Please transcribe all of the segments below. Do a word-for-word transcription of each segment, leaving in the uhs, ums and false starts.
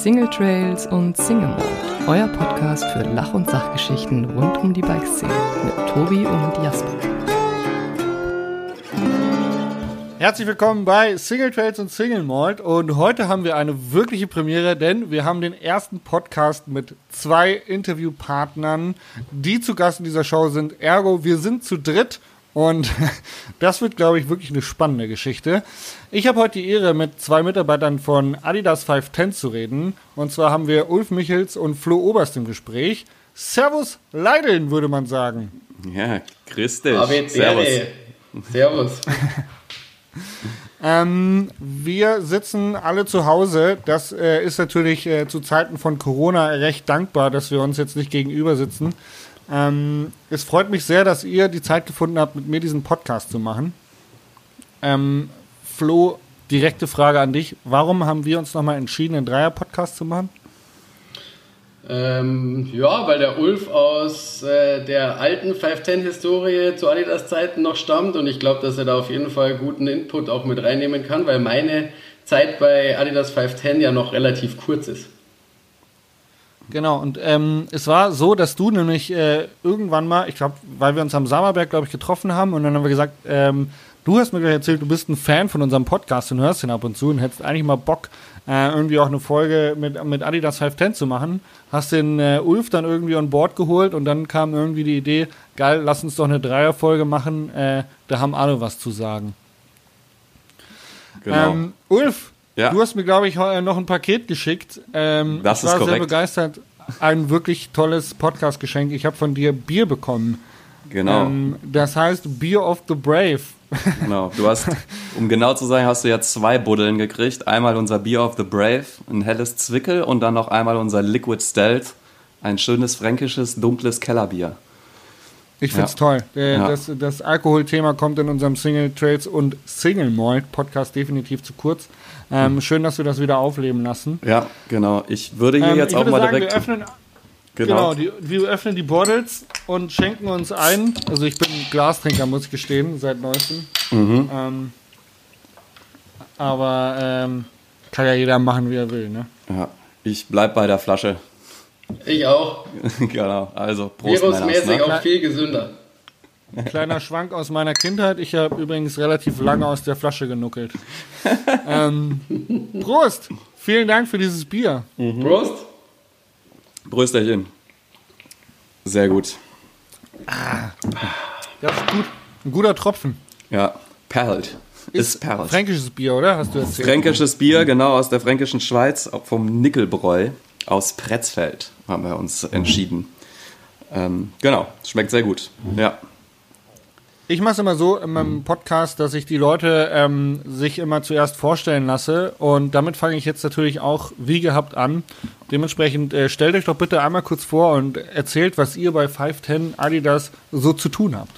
Single Trails und Single Mode, euer Podcast für Lach- und Sachgeschichten rund um die Bikeszene mit Tobi und Jasper. Herzlich willkommen bei Single Trails und Single Malt und heute haben wir eine wirkliche Premiere, denn wir haben den ersten Podcast mit zwei Interviewpartnern, die zu Gast in dieser Show sind. Ergo, wir sind zu dritt und das wird, glaube ich, wirklich eine spannende Geschichte. Ich habe heute die Ehre, mit zwei Mitarbeitern von Adidas fünf zehn zu reden. Und zwar haben wir Ulf Michels und Flo Oberst im Gespräch. Servus Leideln, würde man sagen. Ja, grüß dich. Servus. Servus. Ähm, wir sitzen alle zu Hause. Das äh, ist natürlich äh, zu Zeiten von Corona recht dankbar, dass wir uns jetzt nicht gegenüber sitzen. Ähm, es freut mich sehr, dass ihr die Zeit gefunden habt, mit mir diesen Podcast zu machen. Ähm, Flo, direkte Frage an dich. Warum haben wir uns nochmal entschieden, einen Dreier-Podcast zu machen? Ähm, ja, weil der Ulf aus äh, der alten fünf zehn-Historie zu Adidas-Zeiten noch stammt und ich glaube, dass er da auf jeden Fall guten Input auch mit reinnehmen kann, weil meine Zeit bei Adidas fünf zehn ja noch relativ kurz ist. Genau, und ähm, es war so, dass du nämlich äh, irgendwann mal, ich glaube, weil wir uns am Sammerberg, glaube ich, getroffen haben und dann haben wir gesagt, ähm, du hast mir gleich erzählt, du bist ein Fan von unserem Podcast und hörst ihn ab und zu und hättest eigentlich mal Bock, äh, irgendwie auch eine Folge mit, mit Adidas fünf zehn zu machen. Hast den äh, Ulf dann irgendwie an Bord geholt und dann kam irgendwie die Idee, geil, lass uns doch eine Dreierfolge machen, äh, da haben alle was zu sagen. Genau. Ähm, Ulf, ja. Du hast mir, glaube ich, noch ein Paket geschickt. Ähm, das ich war ist korrekt. sehr begeistert. Ein wirklich tolles Podcast-Geschenk. Ich habe von dir Bier bekommen. Genau. Ähm, das heißt Beer of the Brave. Genau. Du hast, um genau zu sein, hast du jetzt zwei Buddeln gekriegt. Einmal unser Beer of the Brave, ein helles Zwickel und dann noch einmal unser Liquid Stealth, ein schönes fränkisches, dunkles Kellerbier. Ich find's ja. toll. Äh, ja. das, das Alkoholthema kommt in unserem Single Trails und Single Malt Podcast definitiv zu kurz. Ähm, mhm. Schön, dass wir das wieder aufleben lassen. Ja, genau. Ich würde hier ähm, jetzt ich auch würde mal sagen, direkt... Wir öffnen, genau, genau die, wir öffnen die Bottles und schenken uns ein. Also ich bin Glastrinker, muss ich gestehen, seit neuestem. Mhm. Ähm, aber ähm, kann ja jeder machen, wie er will, ne? Ja, ich bleib bei der Flasche. Ich auch. Genau, also Prost, Virusmäßig Männers, ne? auch viel gesünder. Kleiner Schwank aus meiner Kindheit. Ich habe übrigens relativ lange aus der Flasche genuckelt. ähm, Prost! Vielen Dank für dieses Bier. Mhm. Prost! Prösterchen. Sehr gut. Ah, das ist gut. Ein guter Tropfen. Ja, perlt. Ist, ist perlt. Fränkisches Bier, oder? Hast du erzählt? Fränkisches Bier, genau, aus der fränkischen Schweiz, vom Nickelbräu aus Pretzfeld haben wir uns entschieden. Ähm, genau, schmeckt sehr gut. Ja. Ich mache es immer so in meinem Podcast, dass ich die Leute ähm, sich immer zuerst vorstellen lasse und damit fange ich jetzt natürlich auch wie gehabt an. Dementsprechend äh, stellt euch doch bitte einmal kurz vor und erzählt, was ihr bei fünf zehn Adidas so zu tun habt.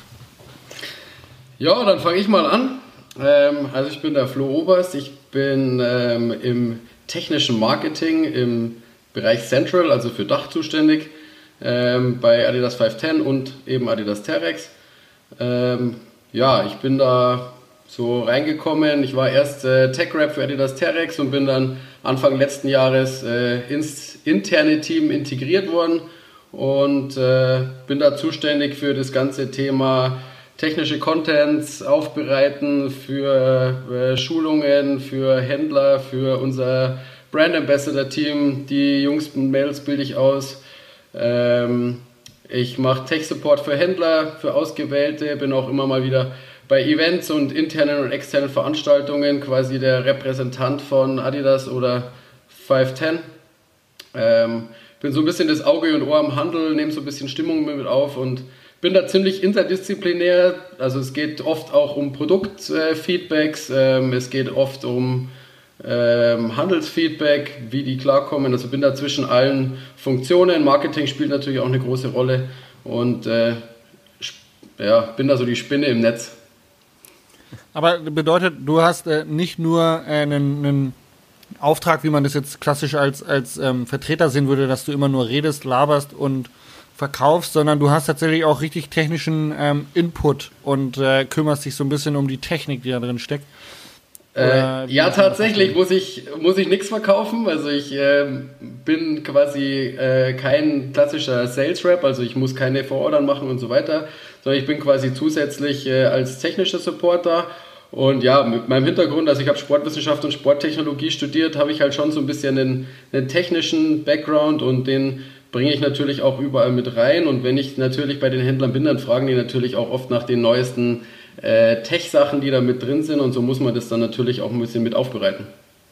Ja, dann fange ich mal an. Ähm, also ich bin der Flo Oberst, ich bin ähm, im technischen Marketing im Bereich Central, also für Dach zuständig, ähm, bei Adidas fünf zehn und eben Adidas Terrex. Ähm, ja, ich bin da so reingekommen. Ich war erst äh, Tech-Rap für Adidas Terrex und bin dann Anfang letzten Jahres äh, ins interne Team integriert worden und äh, bin da zuständig für das ganze Thema technische Contents aufbereiten, für äh, Schulungen, für Händler, für unser Brand Ambassador Team. Die Jungs und Mädels bilde ich aus. Ähm, Ich mache Tech-Support für Händler, für Ausgewählte, bin auch immer mal wieder bei Events und internen und externen Veranstaltungen quasi der Repräsentant von Adidas oder fünf zehn. Ähm, bin so ein bisschen das Auge und Ohr am Handel, nehme so ein bisschen Stimmung mit auf und bin da ziemlich interdisziplinär. Also es geht oft auch um Produktfeedbacks, ähm, es geht oft um Ähm, Handelsfeedback, wie die klarkommen. Also bin da zwischen allen Funktionen. Marketing spielt natürlich auch eine große Rolle und äh, ja, bin da so die Spinne im Netz. Aber bedeutet, du hast äh, nicht nur äh, einen, einen Auftrag, wie man das jetzt klassisch als, als ähm, Vertreter sehen würde, dass du immer nur redest, laberst und verkaufst, sondern du hast tatsächlich auch richtig technischen ähm, Input und äh, kümmerst dich so ein bisschen um die Technik, die da drin steckt. Äh, ja, tatsächlich muss ich, muss ich nichts verkaufen. Also ich äh, bin quasi äh, kein klassischer Sales Rep, also ich muss keine Vorordern machen und so weiter, sondern ich bin quasi zusätzlich äh, als technischer Supporter. Und ja, mit meinem Hintergrund, also ich habe Sportwissenschaft und Sporttechnologie studiert, habe ich halt schon so ein bisschen einen, einen technischen Background und den bringe ich natürlich auch überall mit rein. Und wenn ich natürlich bei den Händlern bin, dann fragen die natürlich auch oft nach den neuesten Äh, Tech-Sachen, die da mit drin sind, und so muss man das dann natürlich auch ein bisschen mit aufbereiten.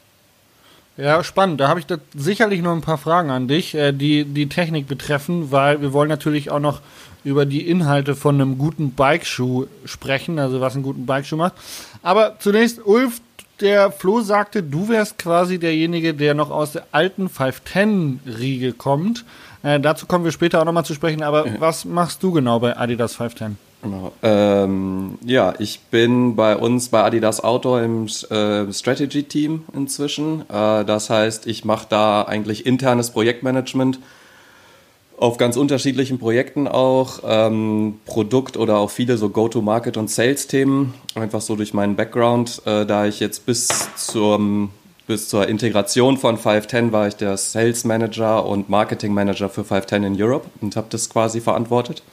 Ja, spannend. Da habe ich da sicherlich noch ein paar Fragen an dich, äh, die die Technik betreffen, weil wir wollen natürlich auch noch über die Inhalte von einem guten Bikeschuh sprechen, also was einen guten Bikeschuh macht. Aber zunächst, Ulf, der Flo sagte, du wärst quasi derjenige, der noch aus der alten fünf zehn Riege kommt. Äh, dazu kommen wir später auch nochmal zu sprechen, aber ja. Was machst du genau bei Adidas fünf zehn? Genau. Ähm, ja, ich bin bei uns bei Adidas Outdoor im äh, Strategy-Team inzwischen. Äh, das heißt, ich mache da eigentlich internes Projektmanagement auf ganz unterschiedlichen Projekten auch, ähm, Produkt- oder auch viele so Go-to-Market- und Sales-Themen, einfach so durch meinen Background, äh, da ich jetzt bis zum bis zur Integration von fünf zehn war ich der Sales Manager und Marketing Manager für fünf zehn in Europe und habe das quasi verantwortet.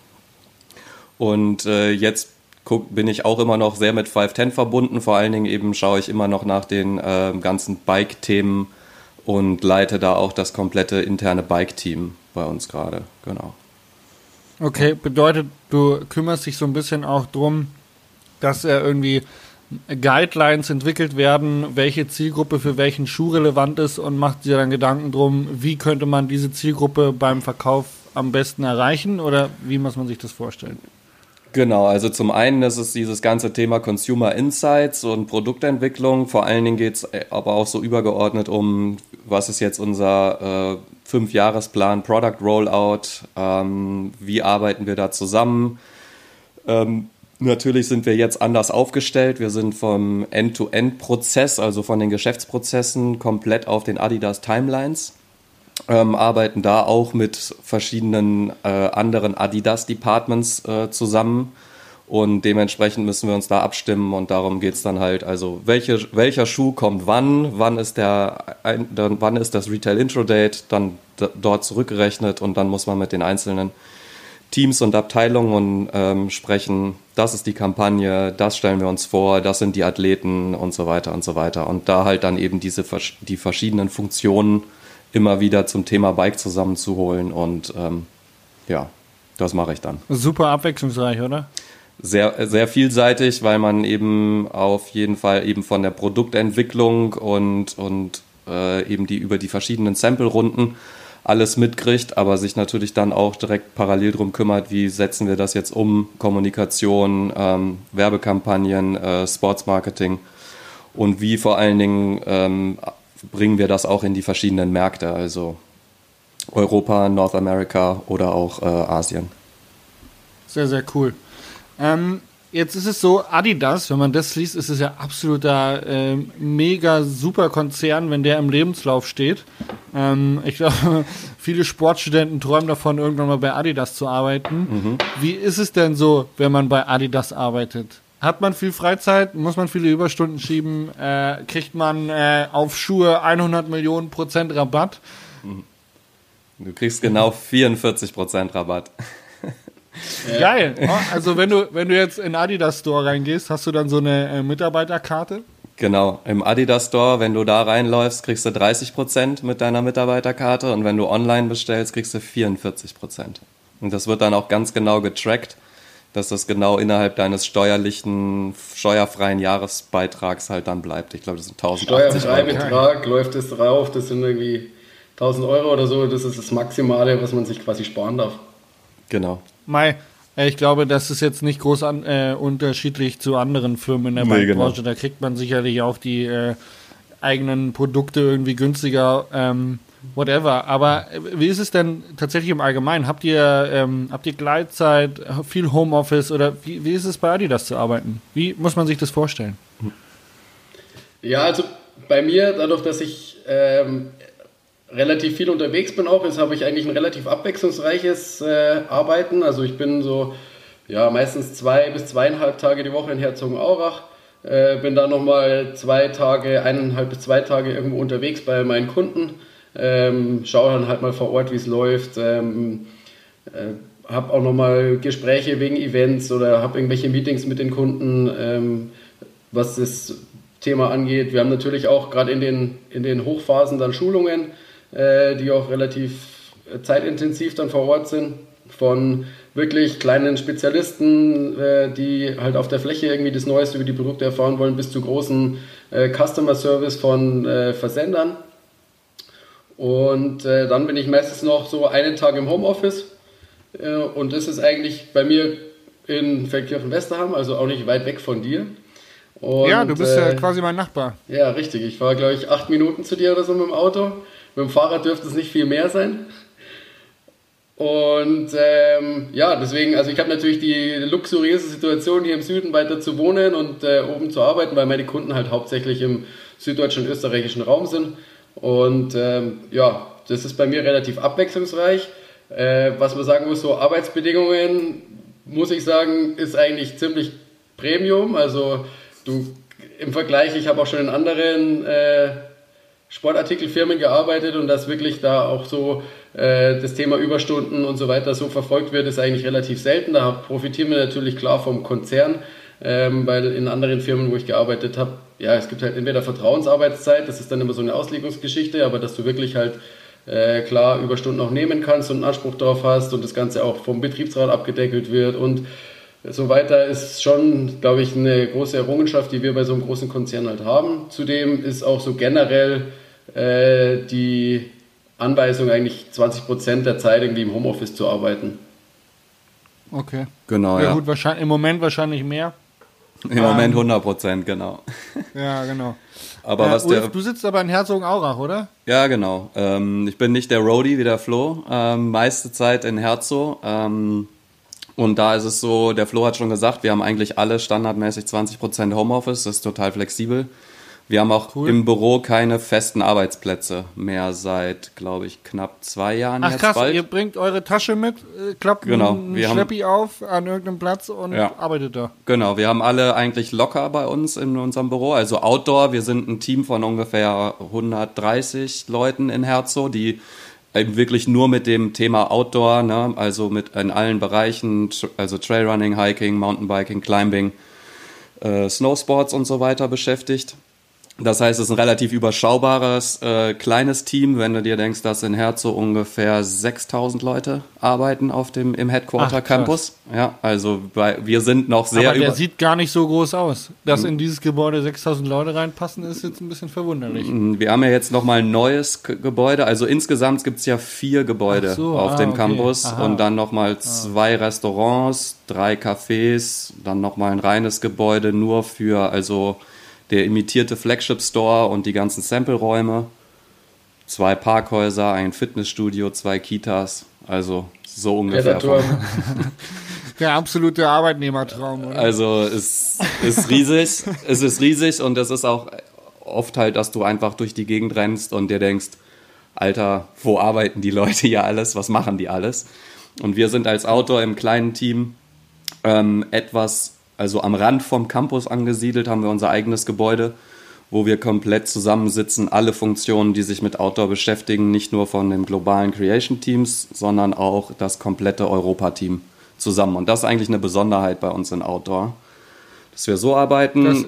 Und äh, jetzt guck, bin ich auch immer noch sehr mit fünf zehn verbunden. Vor allen Dingen eben schaue ich immer noch nach den äh, ganzen Bike-Themen und leite da auch das komplette interne Bike-Team bei uns gerade. Genau. Okay, bedeutet, du kümmerst dich so ein bisschen auch drum, dass äh, irgendwie Guidelines entwickelt werden, welche Zielgruppe für welchen Schuh relevant ist, und macht dir dann Gedanken drum, wie könnte man diese Zielgruppe beim Verkauf am besten erreichen, oder wie muss man sich das vorstellen? Genau, also zum einen ist es dieses ganze Thema Consumer Insights und Produktentwicklung. Vor allen Dingen geht es aber auch so übergeordnet um, was ist jetzt unser äh, Fünfjahresplan, Product Rollout, ähm, wie arbeiten wir da zusammen. Ähm, natürlich sind wir jetzt anders aufgestellt. Wir sind vom End-to-End-Prozess, also von den Geschäftsprozessen, komplett auf den Adidas Timelines. Ähm, arbeiten da auch mit verschiedenen äh, anderen Adidas-Departments äh, zusammen, und dementsprechend müssen wir uns da abstimmen, und darum geht es dann halt, also welche, welcher Schuh kommt wann, wann ist, der, ein, dann, wann ist das Retail-Intro-Date, dann d- dort zurückgerechnet, und dann muss man mit den einzelnen Teams und Abteilungen ähm, sprechen, das ist die Kampagne, das stellen wir uns vor, das sind die Athleten und so weiter und so weiter, und da halt dann eben diese die verschiedenen Funktionen immer wieder zum Thema Bike zusammenzuholen, und ähm, ja, das mache ich dann. Super abwechslungsreich, oder? Sehr, sehr vielseitig, weil man eben auf jeden Fall eben von der Produktentwicklung und, und äh, eben die über die verschiedenen Sample-Runden alles mitkriegt, aber sich natürlich dann auch direkt parallel drum kümmert, wie setzen wir das jetzt um, Kommunikation, ähm, Werbekampagnen, äh, Sportsmarketing, und wie vor allen Dingen ähm, bringen wir das auch in die verschiedenen Märkte, also Europa, North America oder auch äh, Asien. Sehr, sehr cool. Ähm, jetzt ist es so, Adidas, wenn man das liest, ist es ja absoluter äh, mega super Konzern, wenn der im Lebenslauf steht. Ähm, ich glaube, viele Sportstudenten träumen davon, irgendwann mal bei Adidas zu arbeiten. Mhm. Wie ist es denn so, wenn man bei Adidas arbeitet? Hat man viel Freizeit? Muss man viele Überstunden schieben? Äh, kriegt man äh, auf Schuhe hundert Millionen Prozent Rabatt? Du kriegst genau vierundvierzig Prozent Rabatt. Geil. Also wenn du, wenn du jetzt in Adidas Store reingehst, hast du dann so eine äh, Mitarbeiterkarte? Genau, im Adidas Store, wenn du da reinläufst, kriegst du dreißig Prozent mit deiner Mitarbeiterkarte, und wenn du online bestellst, kriegst du vierundvierzig Prozent. Und das wird dann auch ganz genau getrackt, dass das genau innerhalb deines steuerlichen, steuerfreien Jahresbeitrags halt dann bleibt. Ich glaube, das sind tausendachtzig Euro. Steuerfreibetrag, läuft das drauf, das sind irgendwie tausend Euro oder so, das ist das Maximale, was man sich quasi sparen darf. Genau. Mai, ich glaube, das ist jetzt nicht groß an, äh, unterschiedlich zu anderen Firmen in der nee, Bankbranche. Genau. Da kriegt man sicherlich auch die äh, eigenen Produkte irgendwie günstiger, ähm, whatever. Aber wie ist es denn tatsächlich im Allgemeinen? Habt ihr, ähm, habt ihr Gleitzeit, viel Homeoffice, oder wie, wie ist es bei Adidas zu arbeiten? Wie muss man sich das vorstellen? Ja, also bei mir, dadurch, dass ich ähm, relativ viel unterwegs bin auch, jetzt habe ich eigentlich ein relativ abwechslungsreiches äh, Arbeiten. Also ich bin so ja meistens zwei bis zweieinhalb Tage die Woche in Herzogenaurach, Äh, bin dann nochmal zwei Tage, eineinhalb bis zwei Tage irgendwo unterwegs bei meinen Kunden. Ähm, schaue dann halt mal vor Ort, wie es läuft. Ähm, äh, habe auch nochmal Gespräche wegen Events oder habe irgendwelche Meetings mit den Kunden, ähm, was das Thema angeht. Wir haben natürlich auch gerade in den, in den Hochphasen dann Schulungen, äh, die auch relativ zeitintensiv dann vor Ort sind, von wirklich kleinen Spezialisten, äh, die halt auf der Fläche irgendwie das Neueste über die Produkte erfahren wollen, bis zu großen äh, Customer Service von äh, Versendern. Und äh, dann bin ich meistens noch so einen Tag im Homeoffice äh, und das ist eigentlich bei mir in Feldkirchen-Westerham, also auch nicht weit weg von dir. Und, ja, du bist äh, ja quasi mein Nachbar. Ja, richtig. Ich fahre, glaube ich, acht Minuten zu dir oder so mit dem Auto. Mit dem Fahrrad dürfte es nicht viel mehr sein. Und ähm, ja, deswegen, also ich habe natürlich die luxuriöse Situation, hier im Süden weiter zu wohnen und äh, oben zu arbeiten, weil meine Kunden halt hauptsächlich im süddeutschen und österreichischen Raum sind. Und ähm, ja, das ist bei mir relativ abwechslungsreich. Äh, was man sagen muss, so Arbeitsbedingungen, muss ich sagen, ist eigentlich ziemlich Premium. Also du im Vergleich, ich habe auch schon in anderen äh, Sportartikelfirmen gearbeitet und dass wirklich da auch so äh, das Thema Überstunden und so weiter so verfolgt wird, ist eigentlich relativ selten. Da profitieren wir natürlich klar vom Konzern, ähm, weil in anderen Firmen, wo ich gearbeitet habe, ja, es gibt halt entweder Vertrauensarbeitszeit, das ist dann immer so eine Auslegungsgeschichte, aber dass du wirklich halt äh, klar Überstunden auch nehmen kannst und einen Anspruch darauf hast und das Ganze auch vom Betriebsrat abgedeckelt wird und so weiter, ist schon, glaube ich, eine große Errungenschaft, die wir bei so einem großen Konzern halt haben. Zudem ist auch so generell äh, die Anweisung, eigentlich zwanzig Prozent der Zeit irgendwie im Homeoffice zu arbeiten. Okay. Genau, ja. ja. Gut, wahrscheinlich, im Moment wahrscheinlich mehr. Im Moment hundert Prozent, genau. Ja, genau. Aber äh, was Ulf, der, du sitzt aber in Herzogenaurach, oder? ja, genau. Ähm, ich bin nicht der Roadie wie der Flo, ähm, meiste Zeit in Herzog. Ähm, und da ist es so, der Flo hat schon gesagt, wir haben eigentlich alle standardmäßig zwanzig Prozent Homeoffice, das ist total flexibel. Wir haben auch Cool. im Büro keine festen Arbeitsplätze mehr seit, glaube ich, knapp zwei Jahren Ach jetzt krass, bald. ihr bringt eure Tasche mit, äh, klappt Genau, einen wir haben- Schleppi auf an irgendeinem Platz und Ja. arbeitet da. Genau, wir haben alle eigentlich locker bei uns in unserem Büro, also Outdoor. Wir sind ein Team von ungefähr hundertdreißig Leuten in Herzog, die eben wirklich nur mit dem Thema Outdoor, ne, also mit in allen Bereichen, tr- also Trailrunning, Hiking, Mountainbiking, Climbing, äh, Snowsports und so weiter beschäftigt. Das heißt, es ist ein relativ überschaubares, äh, kleines Team, wenn du dir denkst, dass in Herzog ungefähr sechstausend Leute arbeiten auf dem, im Headquarter Ach, krass. Campus. Ja, also bei, wir sind noch sehr Aber der über... sieht gar nicht so groß aus. Dass in dieses Gebäude sechstausend Leute reinpassen, ist jetzt ein bisschen verwunderlich. Wir haben ja jetzt nochmal ein neues K- Gebäude. Also insgesamt gibt es ja vier Gebäude Ach so, auf ah, dem okay. Campus Aha. und dann nochmal zwei Restaurants, drei Cafés, dann nochmal ein reines Gebäude nur für also der imitierte Flagship Store und die ganzen Sample-Räume, zwei Parkhäuser, ein Fitnessstudio, zwei Kitas, also so ungefähr. Predator. Von, Der absolute Arbeitnehmertraum, oder? Also es ist riesig, es ist riesig und es ist auch oft halt, dass du einfach durch die Gegend rennst und dir denkst, Alter, wo arbeiten die Leute hier alles, was machen die alles? Und wir sind als Outdoor im kleinen Team ähm, etwas, also am Rand vom Campus angesiedelt, haben wir unser eigenes Gebäude, wo wir komplett zusammensitzen, alle Funktionen, die sich mit Outdoor beschäftigen, nicht nur von den globalen Creation Teams, sondern auch das komplette Europa-Team zusammen. Und das ist eigentlich eine Besonderheit bei uns in Outdoor, dass wir so arbeiten. Dass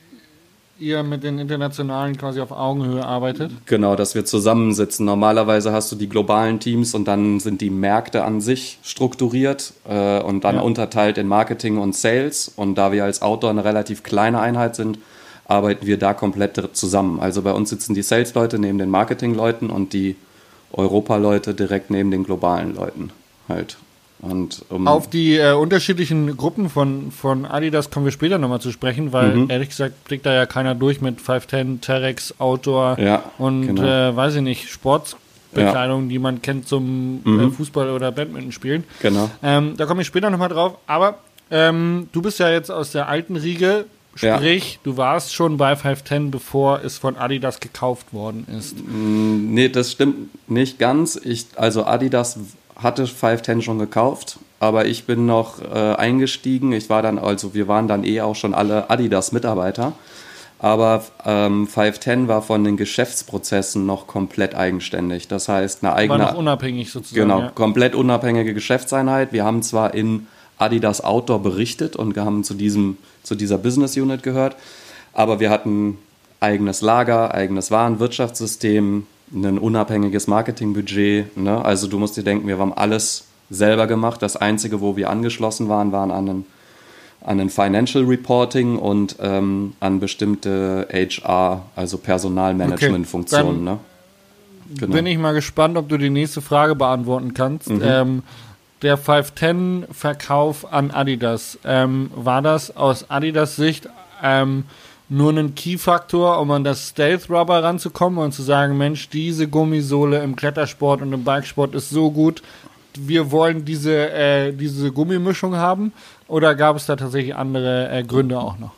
ihr mit den Internationalen quasi auf Augenhöhe arbeitet. Genau, dass wir zusammensitzen. Normalerweise hast du die globalen Teams und dann sind die Märkte an sich strukturiert äh, und dann Ja. unterteilt in Marketing und Sales. Und da wir als Outdoor eine relativ kleine Einheit sind, arbeiten wir da komplett zusammen. Also bei uns sitzen die Sales-Leute neben den Marketing-Leuten und die Europa-Leute direkt neben den globalen Leuten halt. Und, um Auf die äh, unterschiedlichen Gruppen von, von Adidas kommen wir später nochmal zu sprechen, weil Mhm. ehrlich gesagt blickt da ja keiner durch mit fünf zehn, Terex, Outdoor Ja, und genau. äh, weiß ich nicht, Sportbekleidung, die man kennt zum Mhm. äh, Fußball oder Badminton spielen. Genau. Ähm, da komme ich später nochmal drauf, aber ähm, du bist ja jetzt aus der alten Riege, Ja. sprich, du warst schon bei fünf zehn, bevor es von Adidas gekauft worden ist. Nee, das stimmt nicht ganz. Ich, also Adidas hatte fünf zehn schon gekauft. aber ich bin noch äh, eingestiegen. Ich war dann, also wir waren dann eh auch schon alle Adidas-Mitarbeiter. Aber ähm, fünf zehn war von den Geschäftsprozessen noch komplett eigenständig. Das heißt, eine eigene... War noch unabhängig sozusagen. Genau, ja. komplett unabhängige Geschäftseinheit. Wir haben zwar in Adidas Outdoor berichtet und haben zu, diesem, zu dieser Business Unit gehört, aber wir hatten eigenes Lager, eigenes Warenwirtschaftssystem, ein unabhängiges Marketingbudget. Ne? Also du musst dir denken, wir haben alles selber gemacht. Das Einzige, wo wir angeschlossen waren, waren an einen an ein Financial Reporting und ähm, an bestimmte H R, also Personalmanagement-Funktionen. Okay, ne? Genau. Bin ich mal gespannt, ob du die nächste Frage beantworten kannst. Mhm. Ähm, der fünf zehn Verkauf an Adidas, ähm, war das aus Adidas Sicht ähm, nur ein Key-Faktor, um an das Stealth-Rubber ranzukommen und zu sagen, Mensch, diese Gummisohle im Klettersport und im Bikesport ist so gut, wir wollen diese, äh, diese Gummimischung haben? Oder gab es da tatsächlich andere äh, Gründe auch noch?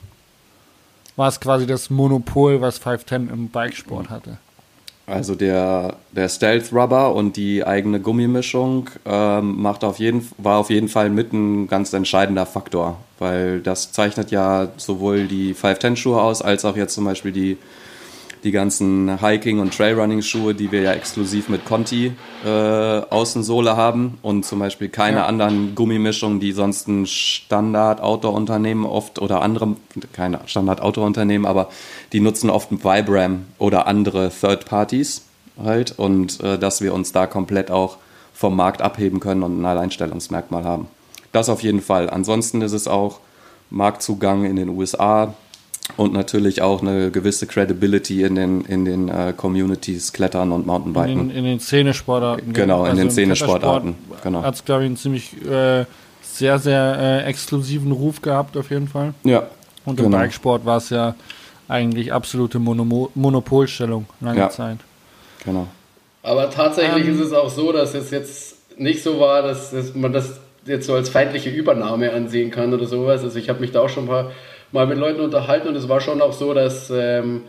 War es quasi das Monopol, was fünf zehn im Bikesport hatte? Also der, der Stealth Rubber und die eigene Gummimischung ähm, macht auf jeden, war auf jeden Fall mit ein ganz entscheidender Faktor, weil das zeichnet ja sowohl die fünf zehn Schuhe aus, als auch jetzt zum Beispiel die die ganzen Hiking- und Trailrunning-Schuhe, die wir ja exklusiv mit Conti äh, Außensohle haben und zum Beispiel keine ja. anderen Gummimischungen, die sonst ein Standard-Outdoor-Unternehmen oft oder andere, keine Standard-Outdoor-Unternehmen, aber die nutzen oft Vibram oder andere Third-Parties halt und äh, dass wir uns da komplett auch vom Markt abheben können und ein Alleinstellungsmerkmal haben. Das auf jeden Fall. Ansonsten ist es auch Marktzugang in den U S A, und natürlich auch eine gewisse Credibility in den, in den äh, Communities, Klettern und Mountainbiken. In den, in den Szenesportarten. Genau, in also den Szenesportarten. Genau. Hat es, glaube ich, einen ziemlich äh, sehr, sehr äh, exklusiven Ruf gehabt, auf jeden Fall. Ja. Und im genau. Bikesport war es ja eigentlich absolute Mono- Monopolstellung lange ja. Zeit. Genau. Aber tatsächlich ähm, ist es auch so, dass es jetzt nicht so war, dass, dass man das jetzt so als feindliche Übernahme ansehen kann oder sowas. Also ich habe mich da auch schon ein paar mal mit Leuten unterhalten und es war schon auch so, dass ähm,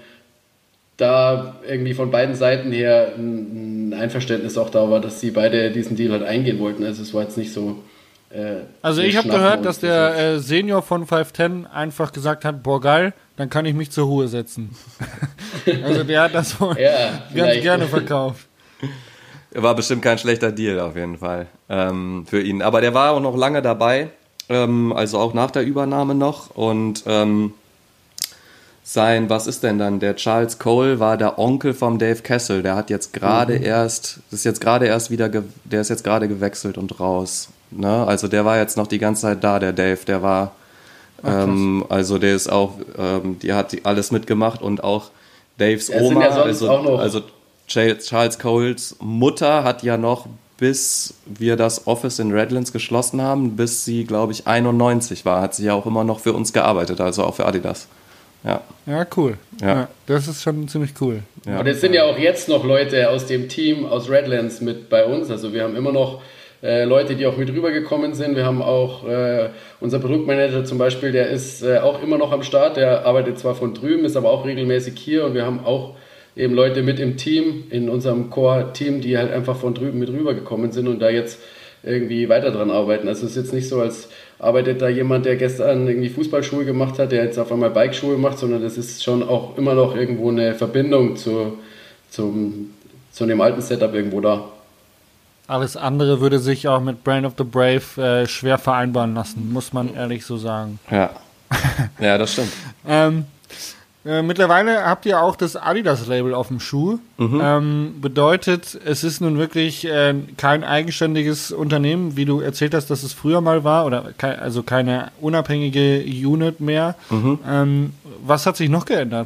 da irgendwie von beiden Seiten her ein Einverständnis auch da war, dass sie beide diesen Deal halt eingehen wollten. Also es war jetzt nicht so... Äh, also ich habe gehört, dass der äh, Senior von fünf zehn einfach gesagt hat, boah geil, dann kann ich mich zur Ruhe setzen. Also der hat das wohl ja, ganz gerne verkauft. War bestimmt kein schlechter Deal auf jeden Fall ähm, für ihn. Aber der war auch noch lange dabei. Also auch nach der Übernahme noch und ähm, sein, was ist denn dann, der Charles Cole war der Onkel vom Dave Kessel, der hat jetzt gerade mhm. erst, das ist jetzt gerade erst wieder, ge- der ist jetzt gerade gewechselt und raus, ne? Also der war jetzt noch die ganze Zeit da, der Dave, der war, Ach, ähm, also der ist auch, ähm, die hat alles mitgemacht und auch Daves ja, Oma, ja also, auch noch also Charles Coles Mutter hat ja noch, bis wir das Office in Redlands geschlossen haben, bis sie, glaube ich, einundneunzig war, hat sie ja auch immer noch für uns gearbeitet, also auch für Adidas. Ja, ja cool. Ja. Ja, das ist schon ziemlich cool. Ja. Und es sind ja auch jetzt noch Leute aus dem Team aus Redlands mit bei uns. Also wir haben immer noch äh, Leute, die auch mit rübergekommen sind. Wir haben auch äh, unser Produktmanager zum Beispiel, der ist äh, auch immer noch am Start. Der arbeitet zwar von drüben, ist aber auch regelmäßig hier. Und wir haben auch eben Leute mit im Team, in unserem Core-Team, die halt einfach von drüben mit rübergekommen sind und da jetzt irgendwie weiter dran arbeiten. Also es ist jetzt nicht so, als arbeitet da jemand, der gestern irgendwie Fußballschuhe gemacht hat, der jetzt auf einmal Bikeschuhe macht, sondern das ist schon auch immer noch irgendwo eine Verbindung zu, zum, zu dem alten Setup irgendwo da. Alles andere würde sich auch mit Brand of the Brave äh, schwer vereinbaren lassen, muss man ehrlich so sagen. Ja, ja, das stimmt. ähm, Äh, mittlerweile habt ihr auch das Adidas-Label auf dem Schuh. Mhm. Ähm, bedeutet, es ist nun wirklich äh, kein eigenständiges Unternehmen, wie du erzählt hast, dass es früher mal war, oder ke- also keine unabhängige Unit mehr. Mhm. Ähm, was hat sich noch geändert?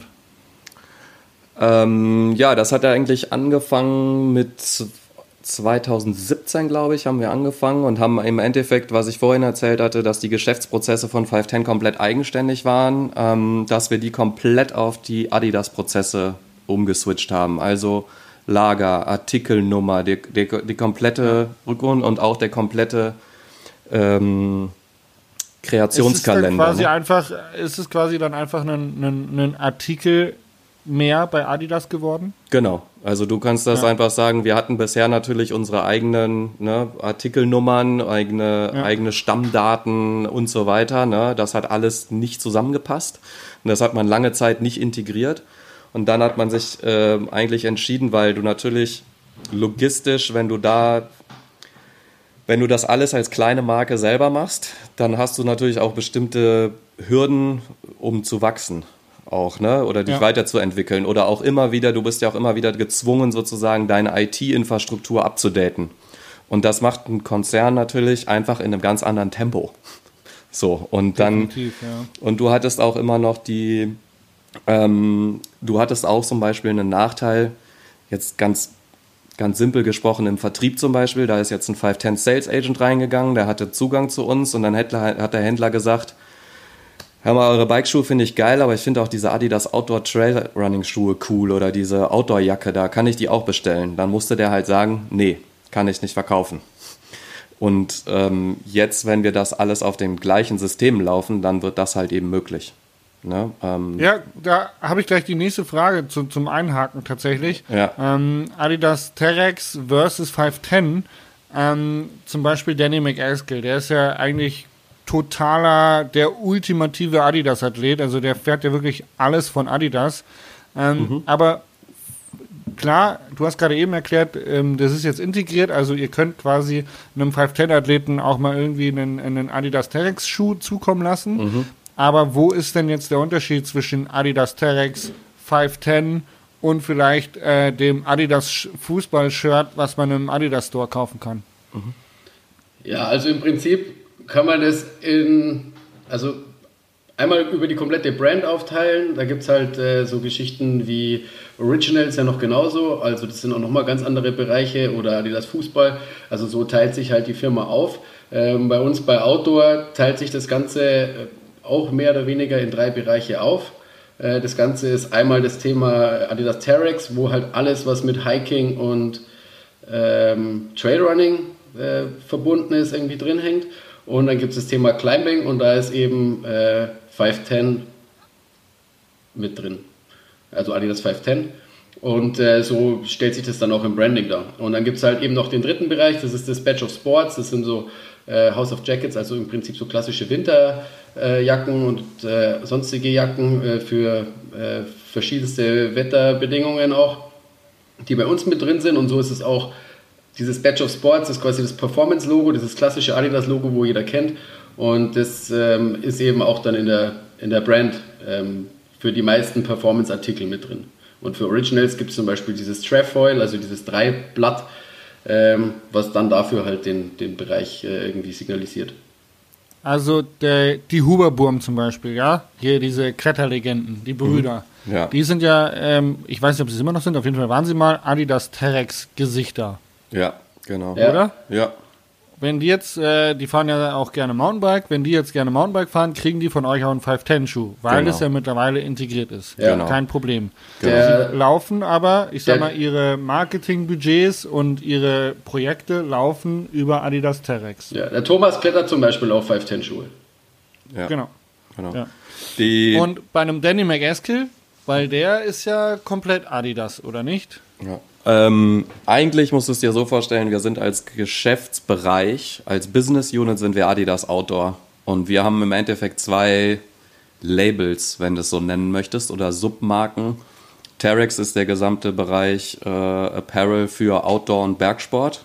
Ähm, ja, das hat ja eigentlich angefangen mit zweitausendsiebzehn, glaube ich, haben wir angefangen und haben im Endeffekt, was ich vorhin erzählt hatte, dass die Geschäftsprozesse von fünf zehn komplett eigenständig waren, ähm, dass wir die komplett auf die Adidas-Prozesse umgeswitcht haben. Also Lager, Artikelnummer, die, die, die komplette Rückrunde und auch der komplette ähm, Kreationskalender. Ist es, quasi ne? einfach, ist es quasi dann einfach ein, ein, ein Artikel mehr bei Adidas geworden? Genau, also du kannst das ja. einfach sagen, wir hatten bisher natürlich unsere eigenen ne, Artikelnummern, eigene, ja. eigene Stammdaten und so weiter. Ne? Das hat alles nicht zusammengepasst und das hat man lange Zeit nicht integriert. Und dann hat man sich äh, eigentlich entschieden, weil du natürlich logistisch, wenn du da, wenn du das alles als kleine Marke selber machst, dann hast du natürlich auch bestimmte Hürden, um zu wachsen. Auch, ne? Oder dich ja. weiterzuentwickeln. Oder auch immer wieder, du bist ja auch immer wieder gezwungen, sozusagen deine I T-Infrastruktur abzudaten. Und das macht ein Konzern natürlich einfach in einem ganz anderen Tempo. So, und dann, ja. und du hattest auch immer noch die, ähm, du hattest auch zum Beispiel einen Nachteil, jetzt ganz, ganz simpel gesprochen im Vertrieb zum Beispiel, da ist jetzt ein five ten Sales Agent reingegangen, der hatte Zugang zu uns und dann hat der Händler gesagt, hör mal, eure Bikeschuhe finde ich geil, aber ich finde auch diese Adidas Outdoor Trail Running Schuhe cool oder diese Outdoor Jacke, da kann ich die auch bestellen. Dann musste der halt sagen, nee, kann ich nicht verkaufen. Und ähm, jetzt, wenn wir das alles auf dem gleichen System laufen, dann wird das halt eben möglich. Ne? Ähm, ja, da habe ich gleich die nächste Frage zu, zum Einhaken tatsächlich. Ja. Ähm, Adidas Terrex versus five ten, ähm, zum Beispiel Danny McAskill, der ist ja eigentlich totaler, der ultimative Adidas-Athlet, also der fährt ja wirklich alles von Adidas. Ähm, mhm. Aber klar, du hast gerade eben erklärt, ähm, das ist jetzt integriert, also ihr könnt quasi einem five ten Athleten auch mal irgendwie einen, einen Adidas Terrex-Schuh zukommen lassen. Mhm. Aber wo ist denn jetzt der Unterschied zwischen Adidas Terrex, five ten und vielleicht äh, dem Adidas Fußball-Shirt, was man im Adidas Store kaufen kann? Mhm. Ja, also im Prinzip kann man das in, also einmal über die komplette Brand aufteilen. Da gibt es halt äh, so Geschichten wie Originals ja noch genauso. Also das sind auch nochmal ganz andere Bereiche oder Adidas Fußball. Also so teilt sich halt die Firma auf. Ähm, bei uns bei Outdoor teilt sich das Ganze äh, auch mehr oder weniger in drei Bereiche auf. Äh, das Ganze ist einmal das Thema Adidas Terrex, wo halt alles, was mit Hiking und ähm, Trailrunning äh, verbunden ist, irgendwie drin hängt. Und dann gibt es das Thema Climbing und da ist eben äh, five ten mit drin. Also Adidas five ten. Und äh, so stellt sich das dann auch im Branding dar. Und dann gibt es halt eben noch den dritten Bereich, das ist das Badge of Sports. Das sind so äh, House of Jackets, also im Prinzip so klassische Winterjacken äh, und äh, sonstige Jacken äh, für äh, verschiedenste Wetterbedingungen auch, die bei uns mit drin sind. Und so ist es auch. Dieses Badge of Sports ist quasi das Performance-Logo, dieses klassische Adidas-Logo, wo jeder kennt. Und das ähm, ist eben auch dann in der, in der Brand ähm, für die meisten Performance-Artikel mit drin. Und für Originals gibt es zum Beispiel dieses Trefoil, also dieses Dreiblatt, ähm, was dann dafür halt den, den Bereich äh, irgendwie signalisiert. Also der, die Huberburm zum Beispiel, ja, hier diese Kletterlegenden, die Brüder, mhm. ja. die sind ja, ähm, ich weiß nicht, ob sie es immer noch sind, auf jeden Fall waren sie mal Adidas Terrex-Gesichter. Ja, genau. Ja. Oder? Ja. Wenn die jetzt, äh, die fahren ja auch gerne Mountainbike, wenn die jetzt gerne Mountainbike fahren, kriegen die von euch auch einen five ten Schuh, weil genau. es ja mittlerweile integriert ist. Ja. Genau. Kein Problem. Genau. Sie laufen aber, ich sag mal, ihre Marketingbudgets und ihre Projekte laufen über Adidas Terrex. Ja, der Thomas klettert zum Beispiel auch five ten Schuhe. Ja. Genau. genau. Ja. Die Und bei einem Danny McAskill, weil der ist ja komplett Adidas, oder nicht? Ja. Ähm, eigentlich musst du es dir so vorstellen, wir sind als Geschäftsbereich, als Business Unit sind wir Adidas Outdoor und wir haben im Endeffekt zwei Labels, wenn du es so nennen möchtest, oder Submarken. Terrex ist der gesamte Bereich äh, Apparel für Outdoor und Bergsport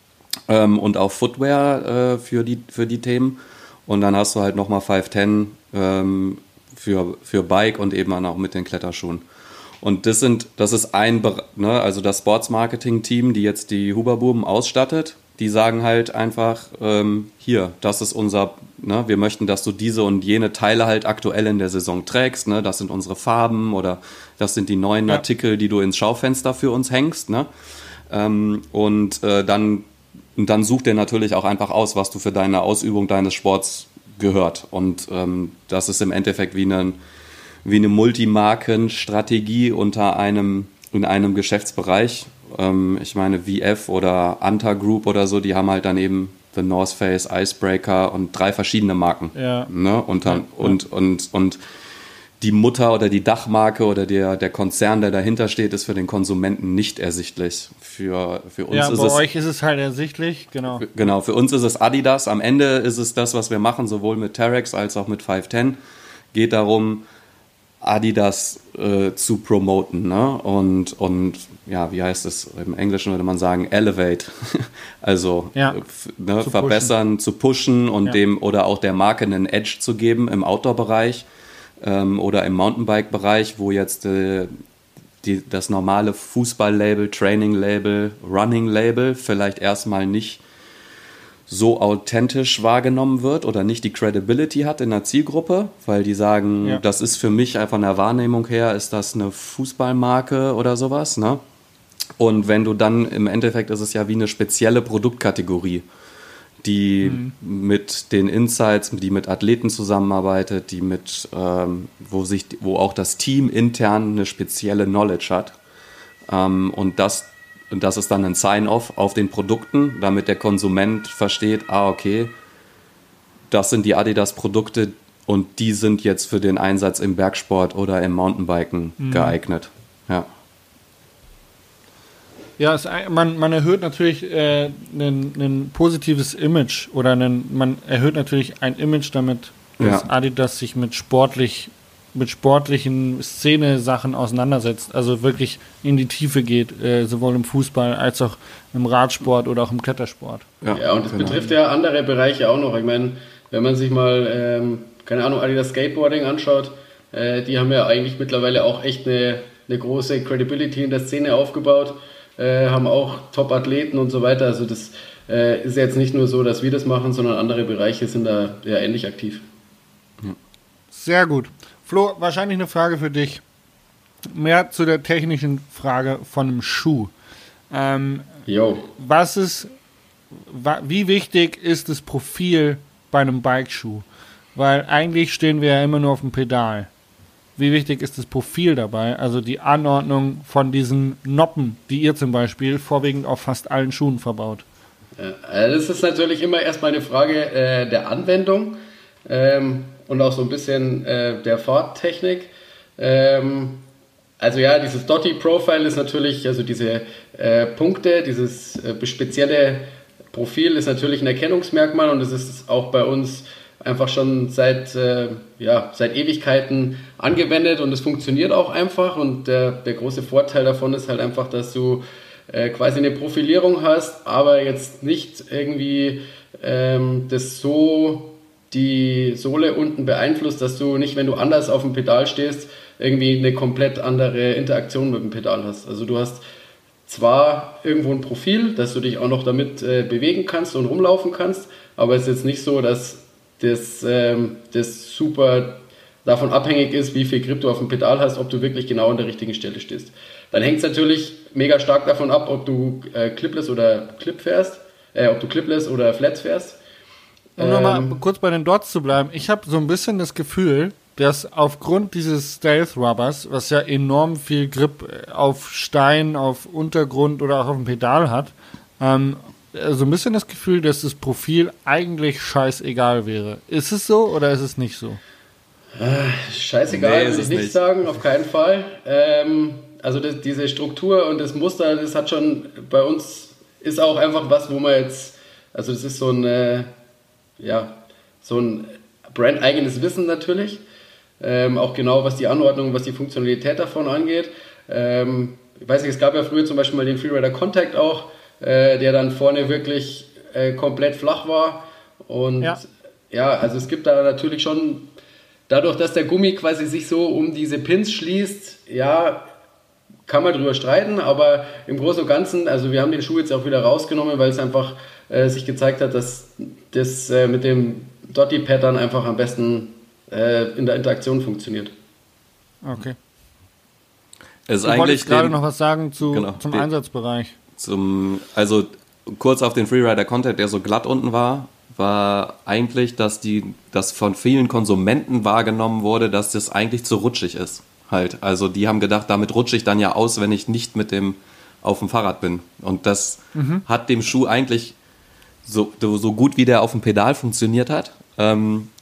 ähm, und auch Footwear äh, für, die, für die Themen und dann hast du halt nochmal five ten ähm, für, für Bike und eben auch mit den Kletterschuhen. Und das sind, das ist ein, ne, also das Sports-Marketing-Team, die jetzt die Huberbuben ausstattet, die sagen halt einfach, ähm, hier, das ist unser, ne, wir möchten, dass du diese und jene Teile halt aktuell in der Saison trägst, ne, das sind unsere Farben oder das sind die neuen ja. Artikel, die du ins Schaufenster für uns hängst, ne, ähm, und äh, dann, und dann sucht der natürlich auch einfach aus, was du für deine Ausübung deines Sports gehört und ähm, das ist im Endeffekt wie ein wie eine Multimarkenstrategie unter einem, in einem Geschäftsbereich. Ähm, ich meine, V F oder Anta Group oder so, die haben halt dann eben The North Face, Icebreaker und drei verschiedene Marken. Ja. Ne? Und, dann, ja, und, ja. und, und die Mutter oder die Dachmarke oder der, der Konzern, der dahinter steht, ist für den Konsumenten nicht ersichtlich. Für, für uns ja, ist bei es, euch ist es halt ersichtlich, genau. Genau, für uns ist es Adidas. Am Ende ist es das, was wir machen, sowohl mit Terex als auch mit five ten. Geht darum, Adidas äh, zu promoten, ne? Und, und ja, wie heißt es? Im Englischen würde man sagen, elevate. Also ja, f- ne, zu verbessern, pushen. zu pushen und Ja. dem oder auch der Marke einen Edge zu geben im Outdoor-Bereich ähm, oder im Mountainbike-Bereich, wo jetzt äh, die, das normale Fußball-Label, Training-Label, Running-Label vielleicht erstmal nicht so authentisch wahrgenommen wird oder nicht die Credibility hat in der Zielgruppe, weil die sagen, Ja. das ist für mich einfach von der Wahrnehmung her, ist das eine Fußballmarke oder sowas, ne? Und wenn du dann, im Endeffekt ist es ja wie eine spezielle Produktkategorie, die mhm. mit den Insights, die mit Athleten zusammenarbeitet, die mit, ähm, wo sich, wo auch das Team intern eine spezielle Knowledge hat. Ähm, und das Und das ist dann ein Sign-off auf den Produkten, damit der Konsument versteht, ah, okay, das sind die Adidas-Produkte und die sind jetzt für den Einsatz im Bergsport oder im Mountainbiken mhm. geeignet. Ja, ja es, man, man erhöht natürlich äh, ein, ein positives Image oder einen, man erhöht natürlich ein Image damit, dass Ja. Adidas sich mit sportlich mit sportlichen Szene-Sachen auseinandersetzt, also wirklich in die Tiefe geht, äh, sowohl im Fußball als auch im Radsport oder auch im Klettersport. Ja, und das genau. betrifft ja andere Bereiche auch noch. Ich meine, wenn man sich mal, ähm, keine Ahnung, Adidas Skateboarding anschaut, äh, die haben ja eigentlich mittlerweile auch echt eine, eine große Credibility in der Szene aufgebaut, äh, haben auch Top-Athleten und so weiter. Also das äh, ist jetzt nicht nur so, dass wir das machen, sondern andere Bereiche sind da ja ähnlich aktiv. Sehr gut. Flo, wahrscheinlich eine Frage für dich. Mehr zu der technischen Frage von einem Schuh. Ähm, Jo. was ist, wa, wie wichtig ist das Profil bei einem Bikeschuh? Weil eigentlich stehen wir ja immer nur auf dem Pedal. Wie wichtig ist das Profil dabei? Also die Anordnung von diesen Noppen, die ihr zum Beispiel vorwiegend auf fast allen Schuhen verbaut. Ja, das ist natürlich immer erstmal eine Frage äh, der Anwendung. Ähm, und auch so ein bisschen äh, der Fahrttechnik. Ähm, also ja, dieses Dotty-Profile ist natürlich, also diese äh, Punkte, dieses äh, spezielle Profil ist natürlich ein Erkennungsmerkmal und es ist auch bei uns einfach schon seit, äh, ja, seit Ewigkeiten angewendet und es funktioniert auch einfach und der, der große Vorteil davon ist halt einfach, dass du äh, quasi eine Profilierung hast, aber jetzt nicht irgendwie ähm, das so die Sohle unten beeinflusst, dass du nicht, wenn du anders auf dem Pedal stehst, irgendwie eine komplett andere Interaktion mit dem Pedal hast. Also du hast zwar irgendwo ein Profil, dass du dich auch noch damit äh, bewegen kannst und rumlaufen kannst, aber es ist jetzt nicht so, dass das, ähm, das super davon abhängig ist, wie viel Grip du auf dem Pedal hast, ob du wirklich genau an der richtigen Stelle stehst. Dann hängt es natürlich mega stark davon ab, ob du äh, Clipless oder Clip fährst, äh, ob du Clipless oder Flats fährst. Um nochmal kurz bei den Dots zu bleiben, ich habe so ein bisschen das Gefühl, dass aufgrund dieses Stealth Rubbers, was ja enorm viel Grip auf Stein, auf Untergrund oder auch auf dem Pedal hat, ähm, so ein bisschen das Gefühl, dass das Profil eigentlich scheißegal wäre. Ist es so oder ist es nicht so? Äh, scheißegal, Nee, würde ist ich nicht, nicht sagen, auf keinen Fall. Ähm, also das, diese Struktur und das Muster, das hat schon bei uns, ist auch einfach was, wo man jetzt, also das ist so ein, äh, ja, so ein brandeigenes Wissen natürlich. Ähm, auch genau, was die Anordnung, was die Funktionalität davon angeht. Ähm, ich weiß nicht, es gab ja früher zum Beispiel mal den Freerider Contact auch, äh, der dann vorne wirklich äh, komplett flach war. Und ja. ja, also es gibt da natürlich schon, dadurch, dass der Gummi quasi sich so um diese Pins schließt, ja, kann man drüber streiten, aber im Großen und Ganzen, also wir haben den Schuh jetzt auch wieder rausgenommen, weil es einfach äh, sich gezeigt hat, dass das äh, mit dem Dotty-Pattern einfach am besten äh, in der Interaktion funktioniert. Okay. Es ist du wolltest gerade den, noch was sagen zu, genau, zum den, Einsatzbereich. Zum, also kurz auf den Freerider Contact, der so glatt unten war, war eigentlich, dass die, dass von vielen Konsumenten wahrgenommen wurde, dass das eigentlich zu rutschig ist. Halt. Also die haben gedacht, damit rutsche ich dann ja aus, wenn ich nicht mit dem auf dem Fahrrad bin. Und das mhm. hat dem Schuh eigentlich so, so gut wie der auf dem Pedal funktioniert hat, ähm,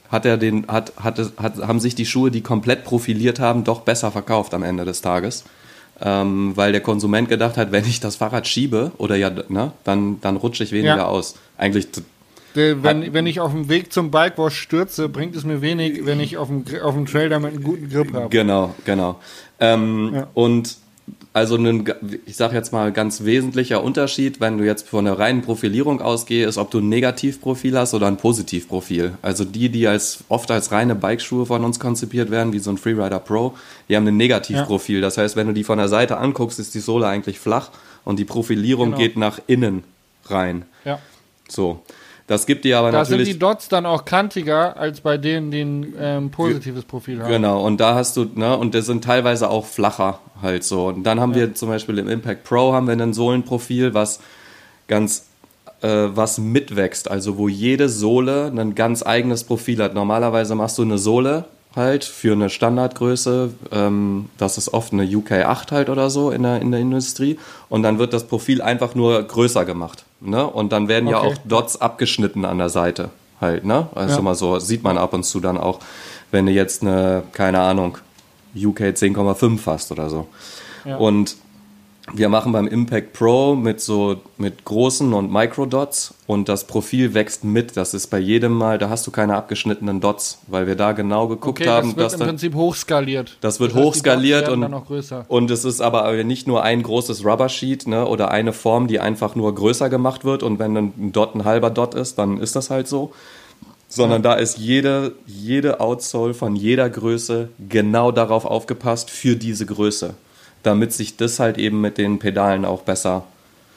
hat er den, hat, hat, hat, haben sich die Schuhe, die komplett profiliert haben, doch besser verkauft am Ende des Tages. Ähm, weil der Konsument gedacht hat, wenn ich das Fahrrad schiebe, oder ja, ne, dann, dann rutsche ich weniger ja. aus. Eigentlich. Der, wenn, wenn ich auf dem Weg zum Bikewash stürze, bringt es mir wenig, wenn ich auf dem, auf dem Trail damit einen guten Grip habe. Genau, genau. Ähm, ja. Und also ein, ich sage jetzt mal, ganz wesentlicher Unterschied, wenn du jetzt von der reinen Profilierung ausgehst, ist, ob du ein Negativprofil hast oder ein Positivprofil. Also die, die als oft als reine Bikeschuhe von uns konzipiert werden, wie so ein Freerider Pro, die haben ein Negativprofil. Ja. Das heißt, wenn du die von der Seite anguckst, ist die Sohle eigentlich flach und die Profilierung genau. geht nach innen rein. Ja. So. Das gibt dir aber da natürlich... Da sind die Dots dann auch kantiger, als bei denen, die ein ähm, positives Profil haben. Genau, und da hast du, ne, und das sind teilweise auch flacher halt so. Und dann haben ja. wir zum Beispiel im Impact Pro haben wir ein Sohlenprofil, was ganz, äh, was mitwächst, also wo jede Sohle ein ganz eigenes Profil hat. Normalerweise machst du eine Sohle halt für eine Standardgröße, ähm, das ist oft eine U K acht halt oder so in der, in der Industrie, und dann wird das Profil einfach nur größer gemacht, ne? Und dann werden okay. ja auch Dots abgeschnitten an der Seite halt, ne? Also ja. mal so, sieht man ab und zu dann auch, wenn du jetzt eine, keine Ahnung, U K zehn Komma fünf hast oder so. Ja. Und wir machen beim Impact Pro mit so mit großen und Micro-Dots und das Profil wächst mit. Das ist bei jedem Mal, da hast du keine abgeschnittenen Dots, weil wir da genau geguckt okay, haben. Das wird dass im dann, Prinzip hochskaliert. Das wird das heißt, hochskaliert und, dann auch größer. Und es ist aber nicht nur ein großes Rubber-Sheet, ne, oder eine Form, die einfach nur größer gemacht wird, und wenn ein Dot ein halber Dot ist, dann ist das halt so. Sondern ja. da ist jede, jede Outsole von jeder Größe genau darauf aufgepasst für diese Größe, damit sich das halt eben mit den Pedalen auch besser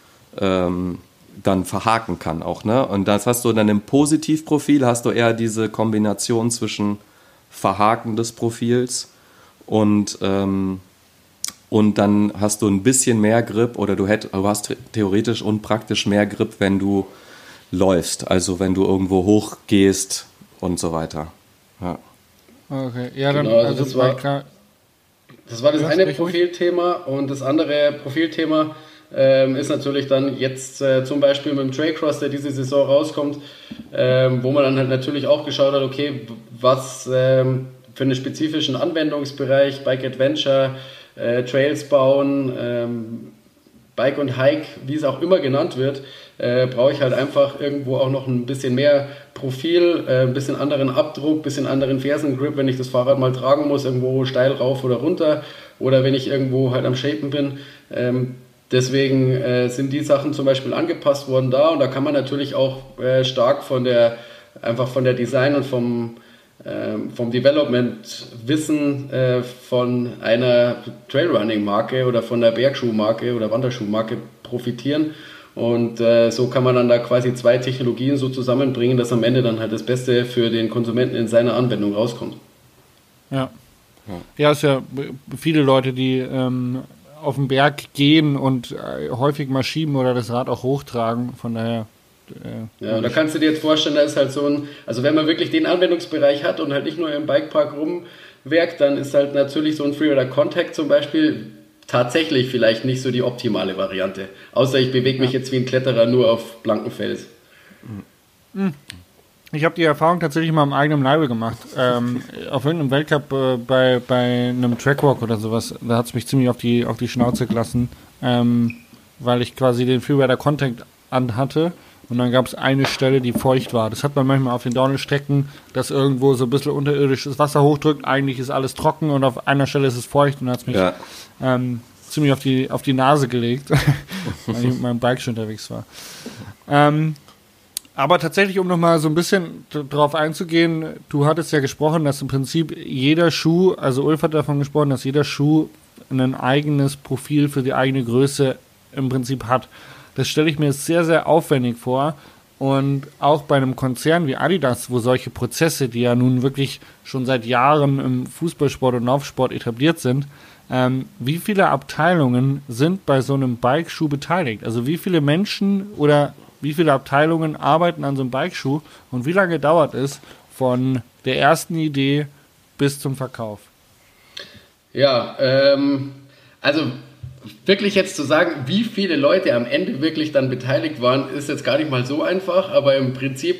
ähm, dann verhaken kann auch, ne? Und das hast du dann im Positivprofil, hast du eher diese Kombination zwischen Verhaken des Profils und, ähm, und dann hast du ein bisschen mehr Grip, oder du, hätt, du hast theoretisch und praktisch mehr Grip, wenn du läufst, also wenn du irgendwo hochgehst und so weiter. Ja. Okay, ja, dann genau, also das war klar. Das war das eine Profilthema, und das andere Profilthema ähm, ist natürlich dann jetzt äh, zum Beispiel mit dem Trailcross, der diese Saison rauskommt, ähm, wo man dann halt natürlich auch geschaut hat, okay, was ähm, für einen spezifischen Anwendungsbereich, Bike Adventure, äh, Trails bauen, ähm, Bike und Hike, wie es auch immer genannt wird, äh, brauche ich halt einfach irgendwo auch noch ein bisschen mehr Profil, äh, ein bisschen anderen Abdruck, ein bisschen anderen Fersengrip, wenn ich das Fahrrad mal tragen muss, irgendwo steil rauf oder runter, oder wenn ich irgendwo halt am Shapen bin. Ähm, deswegen äh, sind die Sachen zum Beispiel angepasst worden da, und da kann man natürlich auch äh, stark von der, einfach von der Design und vom, ähm, vom Development-Wissen äh, von einer Trailrunning-Marke oder von der Bergschuhmarke oder Wanderschuhmarke profitieren. Und äh, so kann man dann da quasi zwei Technologien so zusammenbringen, dass am Ende dann halt das Beste für den Konsumenten in seiner Anwendung rauskommt. Ja, ja, es ist ja viele Leute, die ähm, auf den Berg gehen und äh, häufig mal schieben oder das Rad auch hochtragen, von daher... Äh, ja, und da kannst du dir jetzt vorstellen, da ist halt so ein, also wenn man wirklich den Anwendungsbereich hat und halt nicht nur im Bikepark rumwerkt, dann ist halt natürlich so ein Freerider Contact zum Beispiel tatsächlich vielleicht nicht so die optimale Variante. Außer ich bewege mich ja. jetzt wie ein Kletterer nur auf blanken Fels. Ich habe die Erfahrung tatsächlich mal im eigenen Leibe gemacht. Ähm, auf irgendeinem Weltcup äh, bei, bei einem Trackwalk oder sowas, da hat es mich ziemlich auf die, auf die Schnauze gelassen, ähm, weil ich quasi den Freerider Contact anhatte. Und dann gab es eine Stelle, die feucht war. Das hat man manchmal auf den Downhill-Strecken, dass irgendwo so ein bisschen unterirdisches Wasser hochdrückt. Eigentlich ist alles trocken und auf einer Stelle ist es feucht, und dann hat es mich ja. ähm, ziemlich auf die, auf die Nase gelegt, weil ich mit meinem Bike schon unterwegs war. Ähm, aber tatsächlich, um nochmal so ein bisschen d- drauf einzugehen, du hattest ja gesprochen, dass im Prinzip jeder Schuh, also Ulf hat davon gesprochen, dass jeder Schuh ein eigenes Profil für die eigene Größe im Prinzip hat. Das stelle ich mir sehr, sehr aufwendig vor, und auch bei einem Konzern wie Adidas, wo solche Prozesse, die ja nun wirklich schon seit Jahren im Fußballsport und Laufsport etabliert sind, ähm, wie viele Abteilungen sind bei so einem Bikeschuh beteiligt? Also wie viele Menschen oder wie viele Abteilungen arbeiten an so einem Bikeschuh, und wie lange dauert es von der ersten Idee bis zum Verkauf? Ja, ähm, also... Wirklich jetzt zu sagen, wie viele Leute am Ende wirklich dann beteiligt waren, ist jetzt gar nicht mal so einfach, aber im Prinzip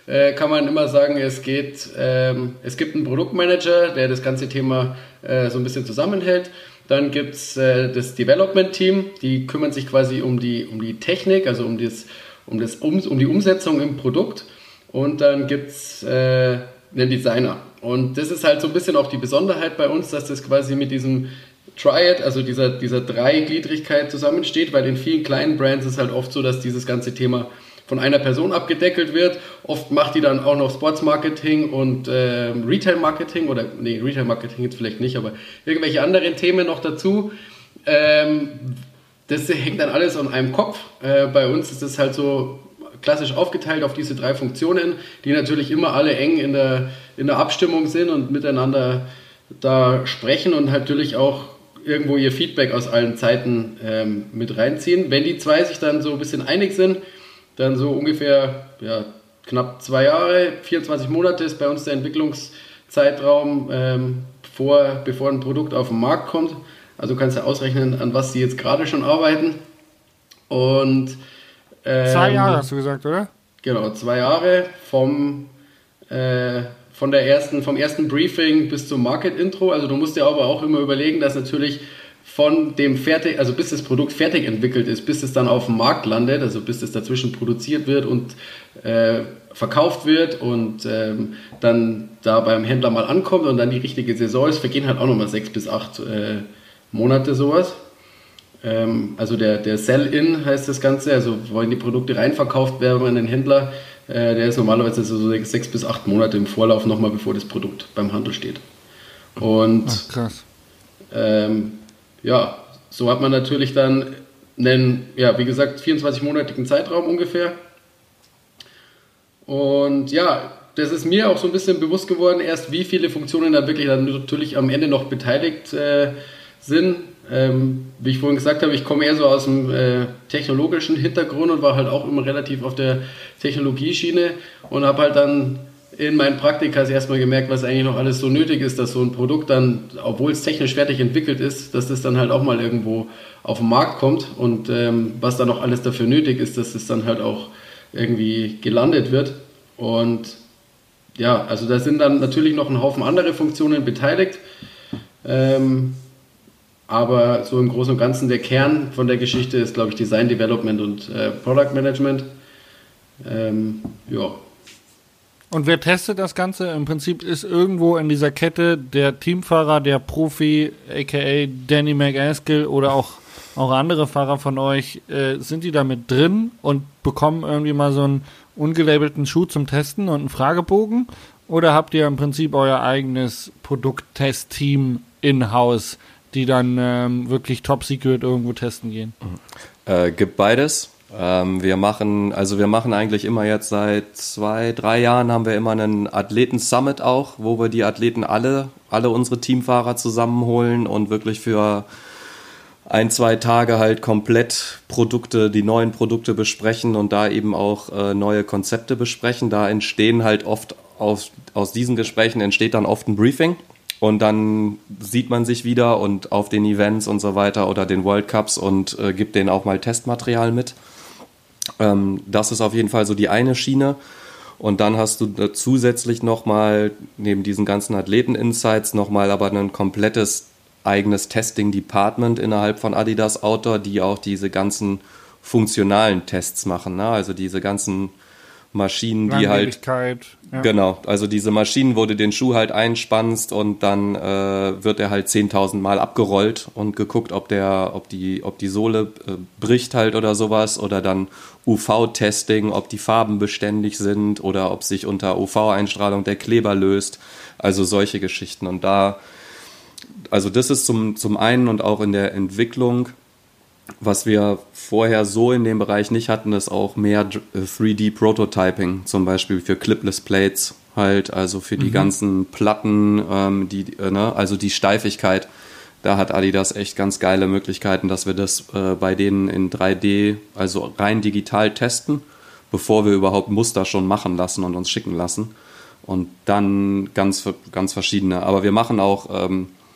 äh, kann man immer sagen, es geht, ähm, es gibt einen Produktmanager, der das ganze Thema äh, so ein bisschen zusammenhält. Dann gibt es äh, das Development-Team, die kümmern sich quasi um die, um die Technik, also um, das, um, das, um, um die Umsetzung im Produkt. Und dann gibt es äh, einen Designer. Und das ist halt so ein bisschen auch die Besonderheit bei uns, dass das quasi mit diesem Triad, also dieser, dieser Dreigliedrigkeit zusammensteht, weil in vielen kleinen Brands ist halt oft so, dass dieses ganze Thema von einer Person abgedeckelt wird. Oft macht die dann auch noch Sportsmarketing und äh, Retail-Marketing oder, nee, Retail-Marketing jetzt vielleicht nicht, aber irgendwelche anderen Themen noch dazu. Ähm, das hängt dann alles an einem Kopf. Äh, bei uns ist das halt so klassisch aufgeteilt auf diese drei Funktionen, die natürlich immer alle eng in der, in der Abstimmung sind und miteinander da sprechen und natürlich auch irgendwo ihr Feedback aus allen Zeiten ähm, mit reinziehen. Wenn die zwei sich dann so ein bisschen einig sind, dann so ungefähr ja, knapp zwei Jahre, vierundzwanzig Monate ist bei uns der Entwicklungszeitraum, ähm, vor, bevor ein Produkt auf den Markt kommt. Also kannst du ausrechnen, an was die jetzt gerade schon arbeiten. Und ähm, zwei Jahre hast du gesagt, oder? Genau, zwei Jahre vom, äh, von der ersten, vom ersten Briefing bis zum Market-Intro. Also du musst dir aber auch immer überlegen, dass natürlich von dem fertig, also bis das Produkt fertig entwickelt ist, bis es dann auf dem Markt landet, also bis es dazwischen produziert wird und äh, verkauft wird und ähm, dann da beim Händler mal ankommt und dann die richtige Saison ist, vergehen halt auch nochmal sechs bis acht äh, Monate sowas. Ähm, also der, der Sell-In heißt das Ganze, also wollen die Produkte reinverkauft werden an den Händler, äh, der ist normalerweise so sechs bis acht Monate im Vorlauf nochmal, bevor das Produkt beim Handel steht. Und Ach, krass. Ähm, ja, so hat man natürlich dann einen, ja, wie gesagt, vierundzwanzig-monatigen Zeitraum ungefähr. Und ja, das ist mir auch so ein bisschen bewusst geworden, erst wie viele Funktionen dann wirklich dann natürlich am Ende noch beteiligt äh, sind. Ähm, wie ich vorhin gesagt habe, ich komme eher so aus dem äh, technologischen Hintergrund und war halt auch immer relativ auf der Technologieschiene und habe halt dann in meinen Praktikas erstmal gemerkt, was eigentlich noch alles so nötig ist, dass so ein Produkt dann, obwohl es technisch fertig entwickelt ist, dass das dann halt auch mal irgendwo auf den Markt kommt und ähm, was da noch alles dafür nötig ist, dass das dann halt auch irgendwie gelandet wird. Und ja, also da sind dann natürlich noch ein Haufen andere Funktionen beteiligt. Ähm, aber so im Großen und Ganzen der Kern von der Geschichte ist, glaube ich, Design Development und äh, Product Management. Ähm, ja. Und wer testet das Ganze? Im Prinzip ist irgendwo in dieser Kette der Teamfahrer, der Profi, aka Danny McAskill oder auch, auch andere Fahrer von euch, äh, sind die da mit drin und bekommen irgendwie mal so einen ungelabelten Schuh zum Testen und einen Fragebogen? Oder habt ihr im Prinzip euer eigenes Produkttest-Team in-house, die dann ähm, wirklich top secret irgendwo testen gehen? Äh, gibt beides. Ähm, wir machen, also wir machen eigentlich immer jetzt seit zwei, drei Jahren haben wir immer einen Athleten-Summit auch, wo wir die Athleten alle, alle unsere Teamfahrer zusammenholen und wirklich für ein, zwei Tage halt komplett Produkte, die neuen Produkte besprechen und da eben auch äh, neue Konzepte besprechen. Da entstehen halt oft aus, aus diesen Gesprächen entsteht dann oft ein Briefing. Und dann sieht man sich wieder und auf den Events und so weiter oder den World Cups und äh, gibt denen auch mal Testmaterial mit. Ähm, das ist auf jeden Fall so die eine Schiene. Und dann hast du da zusätzlich nochmal, neben diesen ganzen Athleten-Insights, nochmal aber ein komplettes eigenes Testing-Department innerhalb von Adidas Outdoor, die auch diese ganzen funktionalen Tests machen. Ne? Also diese ganzen Maschinen, die halt, ja. Genau, also diese Maschinen, wo du den Schuh halt einspannst und dann äh, wird er halt zehntausend Mal abgerollt und geguckt, ob der, ob die, ob die Sohle äh, bricht halt oder sowas oder dann U V-Testing, ob die Farben beständig sind oder ob sich unter U V-Einstrahlung der Kleber löst, also solche Geschichten und da, also das ist zum, zum einen und auch in der Entwicklung. Was wir vorher so in dem Bereich nicht hatten, ist auch mehr drei D Prototyping, zum Beispiel für Clipless Plates halt, also für die mhm. ganzen Platten, ähm, die, äh, ne, also die Steifigkeit. Da hat Adidas echt ganz geile Möglichkeiten, dass wir das äh, bei denen in drei D, also rein digital testen, bevor wir überhaupt Muster schon machen lassen und uns schicken lassen. Und dann ganz, ganz verschiedene. Aber wir machen auch ähm,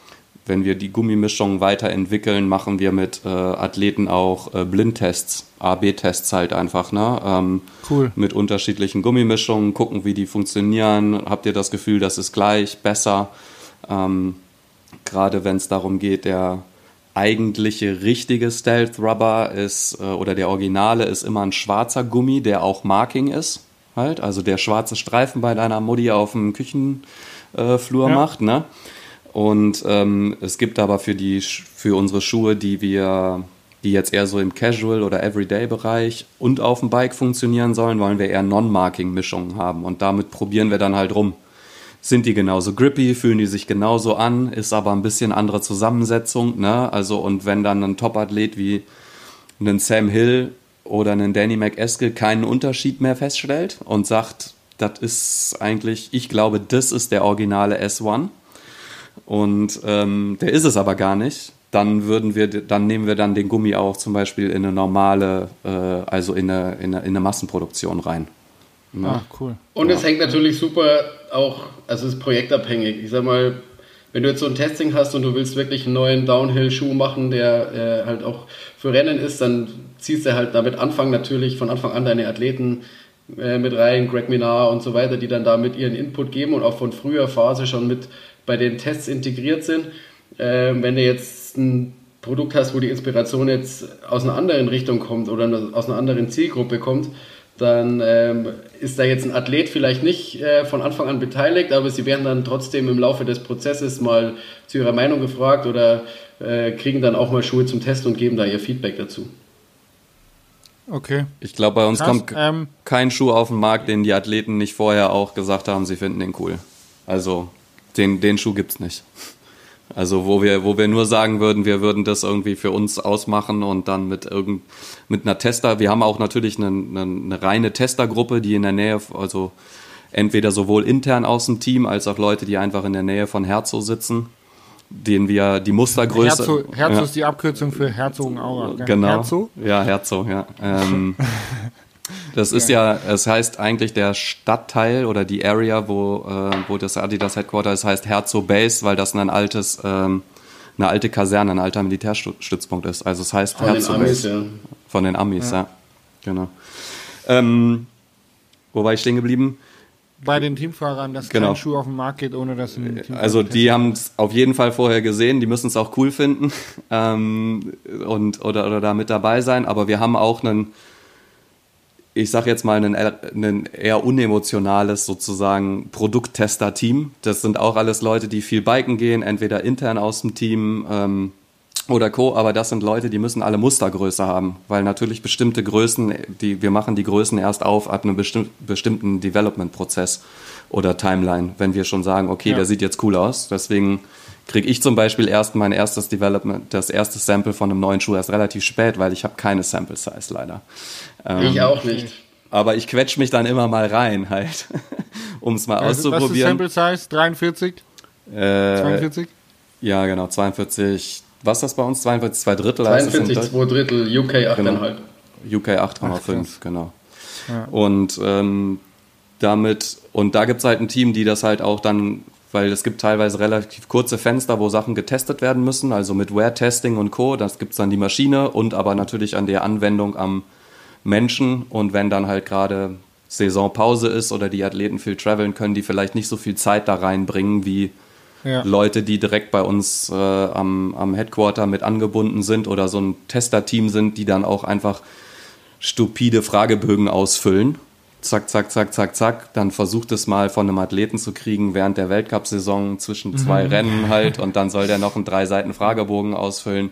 wenn wir die Gummimischungen weiterentwickeln, machen wir mit äh, Athleten auch äh, Blindtests, A B Tests halt einfach, ne? Ähm, cool. Mit unterschiedlichen Gummimischungen, gucken, wie die funktionieren. Habt ihr das Gefühl, das ist gleich, besser? Ähm, gerade wenn es darum geht, der eigentliche richtige Stealth Rubber ist, äh, oder der Originale ist immer ein schwarzer Gummi, der auch Marking ist, halt, also der schwarze Streifen bei deiner Mutti auf dem Küchenflur äh, ja. macht, ne? Und ähm, es gibt aber für die für unsere Schuhe, die wir, die jetzt eher so im Casual- oder Everyday-Bereich und auf dem Bike funktionieren sollen, wollen wir eher Non-Marking-Mischungen haben und damit probieren wir dann halt rum. Sind die genauso grippy, fühlen die sich genauso an, ist aber ein bisschen andere Zusammensetzung, ne? Also, und wenn dann ein Top-Athlet wie ein Sam Hill oder ein Danny McEskill keinen Unterschied mehr feststellt und sagt, das ist eigentlich, ich glaube, das ist der originale S eins und ähm, der ist es aber gar nicht, dann würden wir, dann nehmen wir dann den Gummi auch zum Beispiel in eine normale, äh, also in eine, in eine, in eine Massenproduktion rein. Ja. Ah, cool. Und ja. es hängt natürlich super auch, also es ist projektabhängig. Ich sag mal, wenn du jetzt so ein Testing hast und du willst wirklich einen neuen Downhill-Schuh machen, der äh, halt auch für Rennen ist, dann ziehst du halt damit Anfang natürlich von Anfang an deine Athleten äh, mit rein, Greg Minnaar und so weiter, die dann da mit ihren Input geben und auch von früher Phase schon mit bei den Tests integriert sind. Äh, wenn du jetzt ein Produkt hast, wo die Inspiration jetzt aus einer anderen Richtung kommt oder aus einer anderen Zielgruppe kommt, dann ähm, ist da jetzt ein Athlet vielleicht nicht äh, von Anfang an beteiligt, aber sie werden dann trotzdem im Laufe des Prozesses mal zu ihrer Meinung gefragt oder äh, kriegen dann auch mal Schuhe zum Test und geben da ihr Feedback dazu. Okay. Ich glaube, bei uns Krass, kommt ähm, kein Schuh auf den Markt, den die Athleten nicht vorher auch gesagt haben, sie finden den cool. Also den, den Schuh gibt's nicht. Also wo wir, wo wir nur sagen würden, wir würden das irgendwie für uns ausmachen und dann mit irgend, mit einer Tester, wir haben auch natürlich eine, eine, eine reine Testergruppe, die in der Nähe, also entweder sowohl intern aus dem Team, als auch Leute, die einfach in der Nähe von Herzog sitzen, denen wir die Mustergröße... Herzog, Herzog ja. ist die Abkürzung für Herzogenaurach. Genau. Herzog? Ja, Herzog, ja. Ähm, das ist ja, es heißt eigentlich der Stadtteil oder die Area, wo, äh, wo das Adidas Headquarter ist, heißt Herzog Base, weil das ein altes, ähm, eine alte Kaserne, ein alter Militärstützpunkt ist. Also es heißt Von Herzog den Amis, Base. ja. Von den Amis, ja. Ja. Genau. Ähm, wo war ich stehen geblieben? Bei den Teamfahrern, dass Genau. kein Schuh auf den Markt geht, ohne dass ein Teamfahrer Also die testet. haben es auf jeden Fall vorher gesehen, die müssen es auch cool finden ähm, und, oder, oder da mit dabei sein, aber wir haben auch einen, ich sag jetzt mal, ein, ein eher unemotionales sozusagen Produkttester-Team. Das sind auch alles Leute, die viel biken gehen, entweder intern aus dem Team ähm, oder Co., aber das sind Leute, die müssen alle Mustergröße haben, weil natürlich bestimmte Größen, die wir machen die Größen erst auf ab einem bestimm- bestimmten Development-Prozess oder Timeline, wenn wir schon sagen, okay, Ja. der sieht jetzt cool aus, deswegen kriege ich zum Beispiel erst mein erstes Development, das erste Sample von einem neuen Schuh erst relativ spät, weil ich habe keine Sample-Size leider. Ähm, Ich auch nicht. aber ich quetsche mich dann immer mal rein halt, um es mal Also, was ist auszuprobieren. Sample Size? dreiundvierzig? Äh, zweiundvierzig? Ja, genau, zweiundvierzig, was ist das bei uns? zweiundvierzig, zwei Drittel heißt es in zweiundvierzig, Deutsch? zwei Drittel, U K acht Komma fünf. U K acht Komma fünf, Ach, genau. Ja. Und ähm, damit, und da gibt es halt ein Team, die das halt auch dann, weil es gibt teilweise relativ kurze Fenster, wo Sachen getestet werden müssen, also mit Wear-Testing und Co., das gibt es dann die Maschine und aber natürlich an der Anwendung am Menschen, und wenn dann halt gerade Saisonpause ist oder die Athleten viel traveln, können die vielleicht nicht so viel Zeit da reinbringen wie Ja. Leute, die direkt bei uns äh, am, am Headquarter mit angebunden sind oder so ein Tester-Team sind, die dann auch einfach stupide Fragebögen ausfüllen. Zack, zack, zack, zack, zack. Dann versucht es mal von einem Athleten zu kriegen während der Weltcup-Saison zwischen zwei Mhm. Rennen halt, und dann soll der noch einen drei Seiten Fragebogen ausfüllen.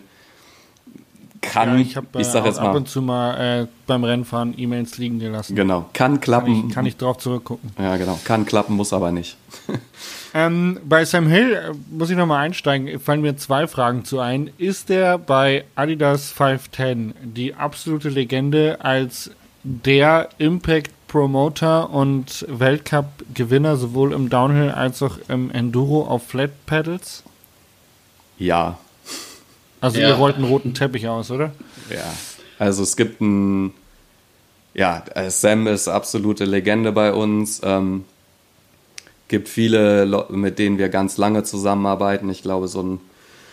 Kann, Ja, ich, ich habe äh, sag jetzt ab mal, und zu mal äh, beim Rennfahren E-Mails liegen gelassen. genau, kann Kann klappen. ich, kann ich drauf zurückgucken. Ja, genau, kann klappen, muss aber nicht. Ähm, bei Sam Hill äh, muss ich nochmal einsteigen, fallen mir zwei Fragen zu ein. Ist der bei Adidas fünfhundertzehn die absolute Legende als der Impact-Promoter und Weltcup-Gewinner sowohl im Downhill als auch im Enduro auf Flat Pedals? Ja, Also Ja. ihr rollt einen roten Teppich aus, oder? ja. Also es gibt ein, ja, äh, Sam ist absolute Legende bei uns. Ähm, gibt viele, Lo- mit denen wir ganz lange zusammenarbeiten. Ich glaube, so ein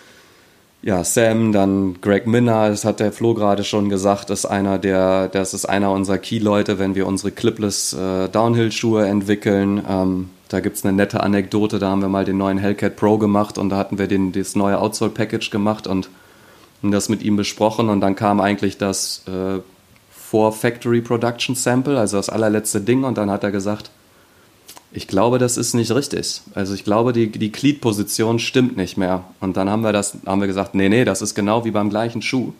ja, Sam, dann Greg Minna, das hat der Flo gerade schon gesagt, ist einer der, das ist einer unserer Key-Leute, wenn wir unsere Clipless äh, Downhill-Schuhe entwickeln. Ähm, da gibt es eine nette Anekdote, da haben wir mal den neuen Hellcat Pro gemacht und da hatten wir den, das neue Outsole-Package gemacht und, und das mit ihm besprochen und dann kam eigentlich das äh, vor Factory Production Sample, also das allerletzte Ding und dann hat er gesagt, ich glaube, das ist nicht richtig. Also ich glaube, die, die Gliedposition stimmt nicht mehr. Und dann haben wir das, haben wir gesagt, nee, nee, das ist genau wie beim gleichen Schuh.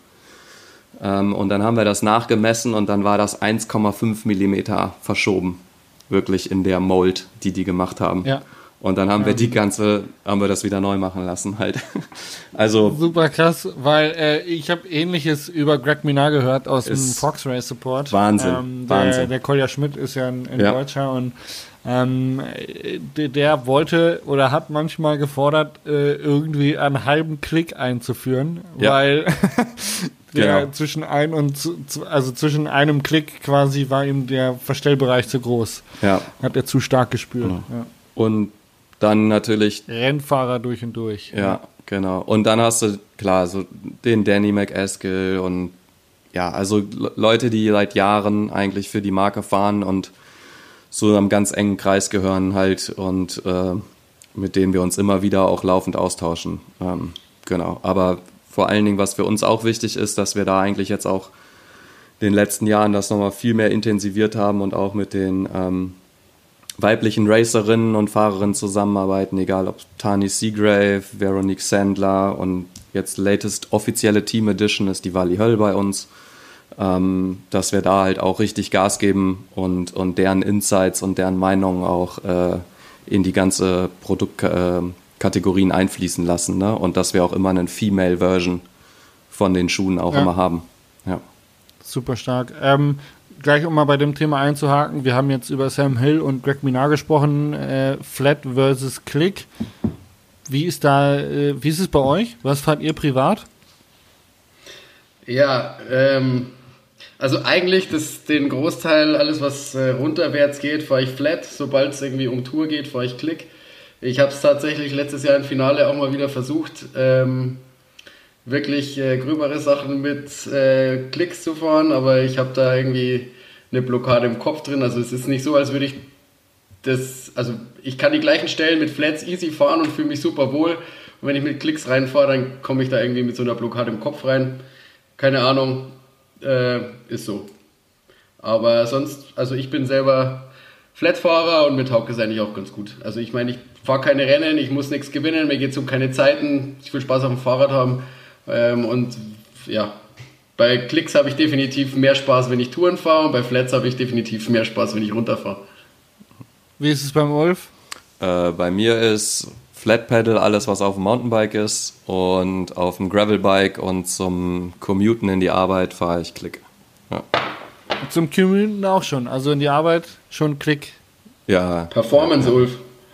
Ähm, und dann haben wir das nachgemessen und dann war das eins Komma fünf Millimeter verschoben. Wirklich in der Mold, die die gemacht haben. Ja. Und dann haben wir die ganze, haben wir das wieder neu machen lassen halt. Also super krass, weil äh, ich habe Ähnliches über Greg Minna gehört aus dem Fox Race Support. Wahnsinn, ähm, der, Wahnsinn. Der Kolja Schmidt ist ja ein, ein Ja. Deutscher und ähm, der, der wollte oder hat manchmal gefordert, äh, irgendwie einen halben Klick einzuführen, Ja. weil der Genau. zwischen ein und zu, zu- also zwischen einem Klick quasi war ihm der Verstellbereich zu groß. Ja. Hat er zu stark gespürt. Genau. Ja. Und dann natürlich Rennfahrer durch und durch. Ja, genau. Und dann hast du, klar, so den Danny McEskill und ja, also Le- Leute, die seit Jahren eigentlich für die Marke fahren und so einem ganz engen Kreis gehören halt und äh, mit denen wir uns immer wieder auch laufend austauschen. Ähm, genau. Aber vor allen Dingen, was für uns auch wichtig ist, dass wir da eigentlich jetzt auch in den letzten Jahren das nochmal viel mehr intensiviert haben und auch mit den ähm, weiblichen Racerinnen und Fahrerinnen zusammenarbeiten, egal ob Tani Seagrave, Veronique Sandler und jetzt latest offizielle Team Edition ist die Wally Höll bei uns, ähm, dass wir da halt auch richtig Gas geben und, und deren Insights und deren Meinungen auch äh, in die ganze Produktkategorien äh, einfließen lassen, ne? Und dass wir auch immer eine Female-Version von den Schuhen auch Ja. immer haben. Ja. Super stark. Ähm, gleich um mal bei dem Thema einzuhaken, wir haben jetzt über Sam Hill und Greg Minna gesprochen, äh, Flat versus Click. Wie ist da, äh, wie ist es bei euch? Was fahrt ihr privat? Ja, ähm, also eigentlich das, den Großteil, alles was äh, runterwärts geht, fahre ich flat. Sobald es irgendwie um Tour geht, fahre ich Click. Ich habe es tatsächlich letztes Jahr im Finale auch mal wieder versucht, ähm, wirklich äh, gröbere Sachen mit äh, Klicks zu fahren, aber ich habe da irgendwie eine Blockade im Kopf drin. Also es ist nicht so, als würde ich das, also ich kann die gleichen Stellen mit Flats easy fahren und fühle mich super wohl. Und wenn ich mit Klicks reinfahre, dann komme ich da irgendwie mit so einer Blockade im Kopf rein. Keine Ahnung, äh, ist so. Aber sonst, also ich bin selber Flatfahrer und mir taugt es eigentlich auch ganz gut. Also ich meine, ich fahre keine Rennen, ich muss nichts gewinnen, mir geht es um keine Zeiten, ich will Spaß auf dem Fahrrad haben. Ähm, und ja, bei Klicks habe ich definitiv mehr Spaß, wenn ich Touren fahre, und bei Flats habe ich definitiv mehr Spaß, wenn ich runterfahre. Wie ist es beim Ulf? Äh, bei mir ist Flat Pedal alles, was auf dem Mountainbike ist, und auf dem Gravelbike und zum Commuten in die Arbeit fahre ich Klick. Ja. Zum Commuten auch schon, also in die Arbeit schon Klick. Ja. Performance, Ulf.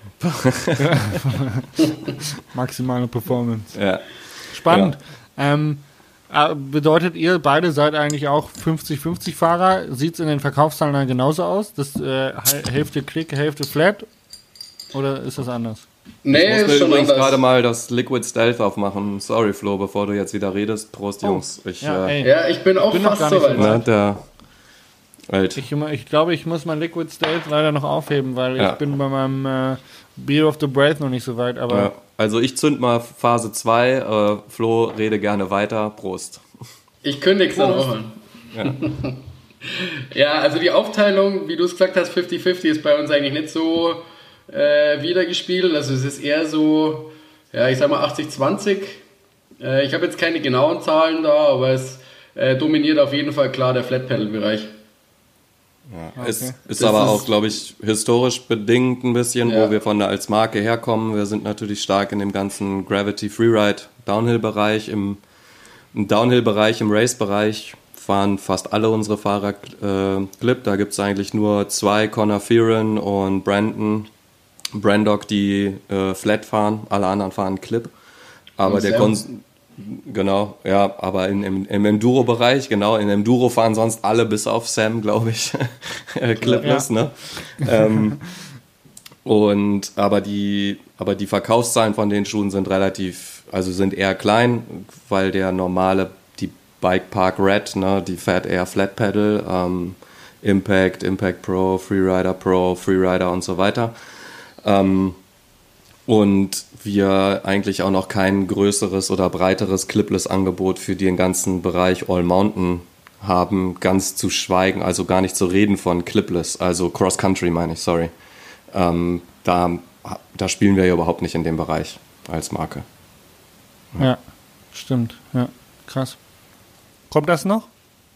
Maximale Performance. Ja. Spannend. Ähm, äh, bedeutet ihr, beide seid eigentlich auch fünfzig fünfzig Fahrer? Sieht es in den Verkaufszahlen dann genauso aus? Das äh, Hälfte Klick, Hälfte Flat? Oder ist das anders? Nee, Ich muss ist mir schon übrigens anders. gerade mal das Liquid Stealth aufmachen. Sorry, Flo, bevor du jetzt wieder redest. Prost, Jungs. Ich, Ja, äh, ey. Ja, ich bin auch bin noch fast gar nicht so so weit. weit. ne, der, halt. Ich, ich glaube, ich muss mein Liquid Stealth leider noch aufheben, weil Ja. ich bin bei meinem äh, Beer of the Brave noch nicht so weit. Aber Ja. Also ich zünd mal Phase zwei. Äh, Flo, rede gerne weiter. Prost. Ich kündige es dann Prost. auch an. Ja. Ja, also die Aufteilung, wie du es gesagt hast, fünfzig fünfzig ist bei uns eigentlich nicht so äh, wiedergespiegelt. Also es ist eher so, ja, ich sag mal achtzig zwanzig. Äh, ich habe jetzt keine genauen Zahlen da, aber es äh, dominiert auf jeden Fall klar der Flat-Pedal-Bereich. Ja, ist, ist Das aber ist- auch, glaube ich, historisch bedingt ein bisschen, Ja. wo wir von der als Marke herkommen. Wir sind natürlich stark in dem ganzen Gravity Freeride Downhill-Bereich. Im, im Downhill-Bereich, im Race-Bereich fahren fast alle unsere Fahrer äh, Clip. Da gibt es eigentlich nur zwei, Conor Fearon und Brandon Brandog, die äh, Flat fahren. Alle anderen fahren Clip. Aber Und der Sam. Kons Genau, ja, aber in, im, im Enduro-Bereich, genau, in Enduro fahren sonst alle bis auf Sam, glaube ich, äh, Clipless, Ja. ne? ähm, Und aber die, aber die Verkaufszahlen von den Schuhen sind relativ, also sind eher klein, weil der normale, die Bike Park Red, ne, die fährt eher Flat Pedal, ähm, Impact, Impact Pro, Freerider Pro, Freerider und so weiter. Ähm, und wir eigentlich auch noch kein größeres oder breiteres Clipless-Angebot für den ganzen Bereich All Mountain haben, ganz zu schweigen, also gar nicht zu reden von Clipless, also Cross Country meine ich, sorry. Ähm, da, da spielen wir ja überhaupt nicht in dem Bereich als Marke. Ja, ja, stimmt, ja, krass. Kommt das noch?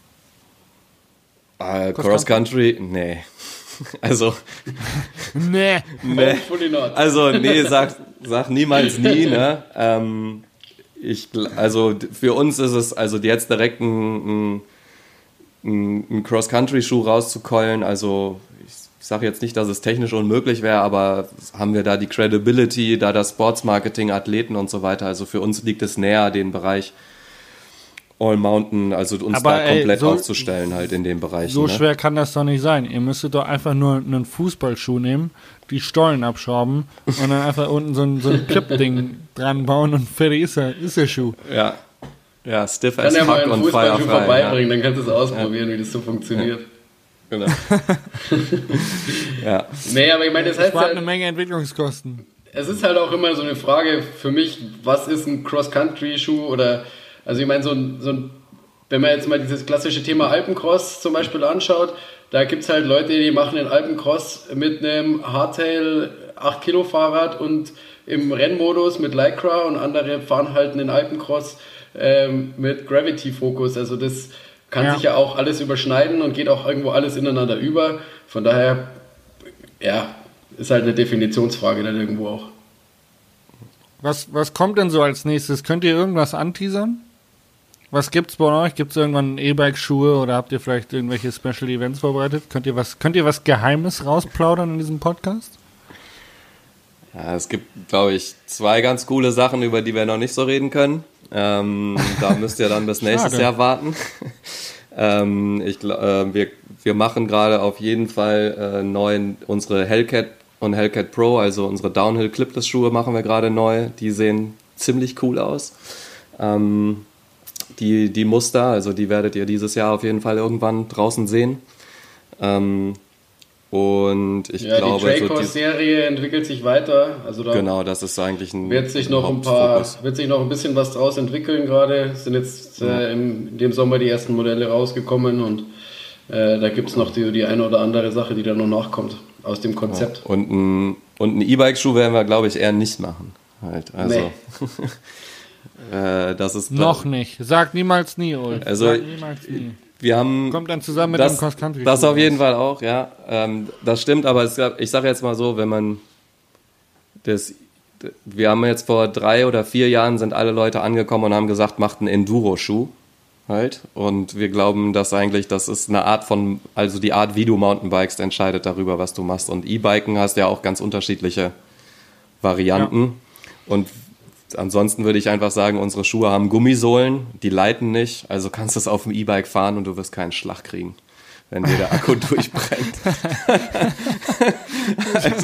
Äh, Cross Country? Nee. Also, nee. nee. Also, nee, sag, sag niemals nie, ne? Ähm, ich, also, für uns ist es, also jetzt direkt ein, ein, ein Cross-Country-Schuh rauszukeulen, also, ich, ich sage jetzt nicht, dass es technisch unmöglich wäre, aber haben wir da die Credibility, da das Sportsmarketing, Athleten und so weiter, also für uns liegt es näher, den Bereich All Mountain, also uns aber, da komplett ey, so, aufzustellen halt in dem Bereich. So ne? schwer kann das doch nicht sein. Ihr müsstet doch einfach nur einen Fußballschuh nehmen, die Stollen abschrauben und dann einfach unten so ein, so ein Clip-Ding dran bauen und fertig ist der, ist der Schuh. Ja, ja, stiff Kann as ja mal fuck einen und Fußballschuh firefrei. vorbeibringen, Ja. dann kannst du es ausprobieren, ja. wie das so funktioniert. Ja. Genau. ja. Nee, aber ich meine, das heißt Spart halt, eine Menge Entwicklungskosten. es ist halt auch immer so eine Frage für mich, was ist ein Cross-Country-Schuh oder, also ich meine, so ein, so ein wenn man jetzt mal dieses klassische Thema Alpencross zum Beispiel anschaut, da gibt es halt Leute, die machen den Alpencross mit einem Hardtail acht Kilo Fahrrad und im Rennmodus mit Lycra und andere fahren halt einen Alpencross ähm, mit Gravity-Fokus. Also das kann ja. sich ja auch alles überschneiden und geht auch irgendwo alles ineinander über. Von daher, ja, ist halt eine Definitionsfrage dann irgendwo auch. Was, was kommt denn so als nächstes? Könnt ihr irgendwas anteasern? Was gibt's bei euch? Gibt's irgendwann E-Bike-Schuhe oder habt ihr vielleicht irgendwelche Special Events vorbereitet? Könnt ihr was, könnt ihr was Geheimes rausplaudern in diesem Podcast? Ja, es gibt, glaube ich, zwei ganz coole Sachen, über die wir noch nicht so reden können. Ähm, da müsst ihr dann bis nächstes Jahr warten. ähm, ich, äh, wir, wir machen gerade auf jeden Fall äh, neu unsere Hellcat und Hellcat Pro, also unsere Downhill Clipless Schuhe machen wir gerade neu. Die sehen ziemlich cool aus. Ähm, Die, die Muster, also die werdet ihr dieses Jahr auf jeden Fall irgendwann draußen sehen. Ähm, und ich ja, glaube... die Traycross-Serie so entwickelt sich weiter. Also da genau, das ist eigentlich ein wird sich noch ein paar, wird sich noch ein bisschen was draus entwickeln gerade. Es sind jetzt ja. äh, im, in dem Sommer die ersten Modelle rausgekommen und äh, da gibt es noch die, die eine oder andere Sache, die dann noch nachkommt aus dem Konzept. Ja. Und ein, und ein E-Bike-Schuh werden wir, glaube ich, eher nicht machen. Halt. Also, nee. äh, das ist noch nicht. Sag niemals nie, Ulf. Also, Sag niemals nie. Wir haben Kommt dann zusammen mit das, dem Cross-Country. Das auf jeden Fall auch, ja. Ähm, das stimmt, aber es gab, ich sage jetzt mal so, wenn man das, wir haben jetzt vor drei oder vier Jahren sind alle Leute angekommen und haben gesagt, macht einen Enduro-Schuh halt. Und wir glauben, dass eigentlich das ist eine Art von, also die Art, wie du Mountainbikest, entscheidet darüber, was du machst. Und E-Biken hast ja auch ganz unterschiedliche Varianten. Ja. Und ansonsten würde ich einfach sagen, unsere Schuhe haben Gummisohlen, die leiten nicht, also kannst du es auf dem E-Bike fahren und du wirst keinen Schlag kriegen, wenn dir der Akku durchbrennt. also.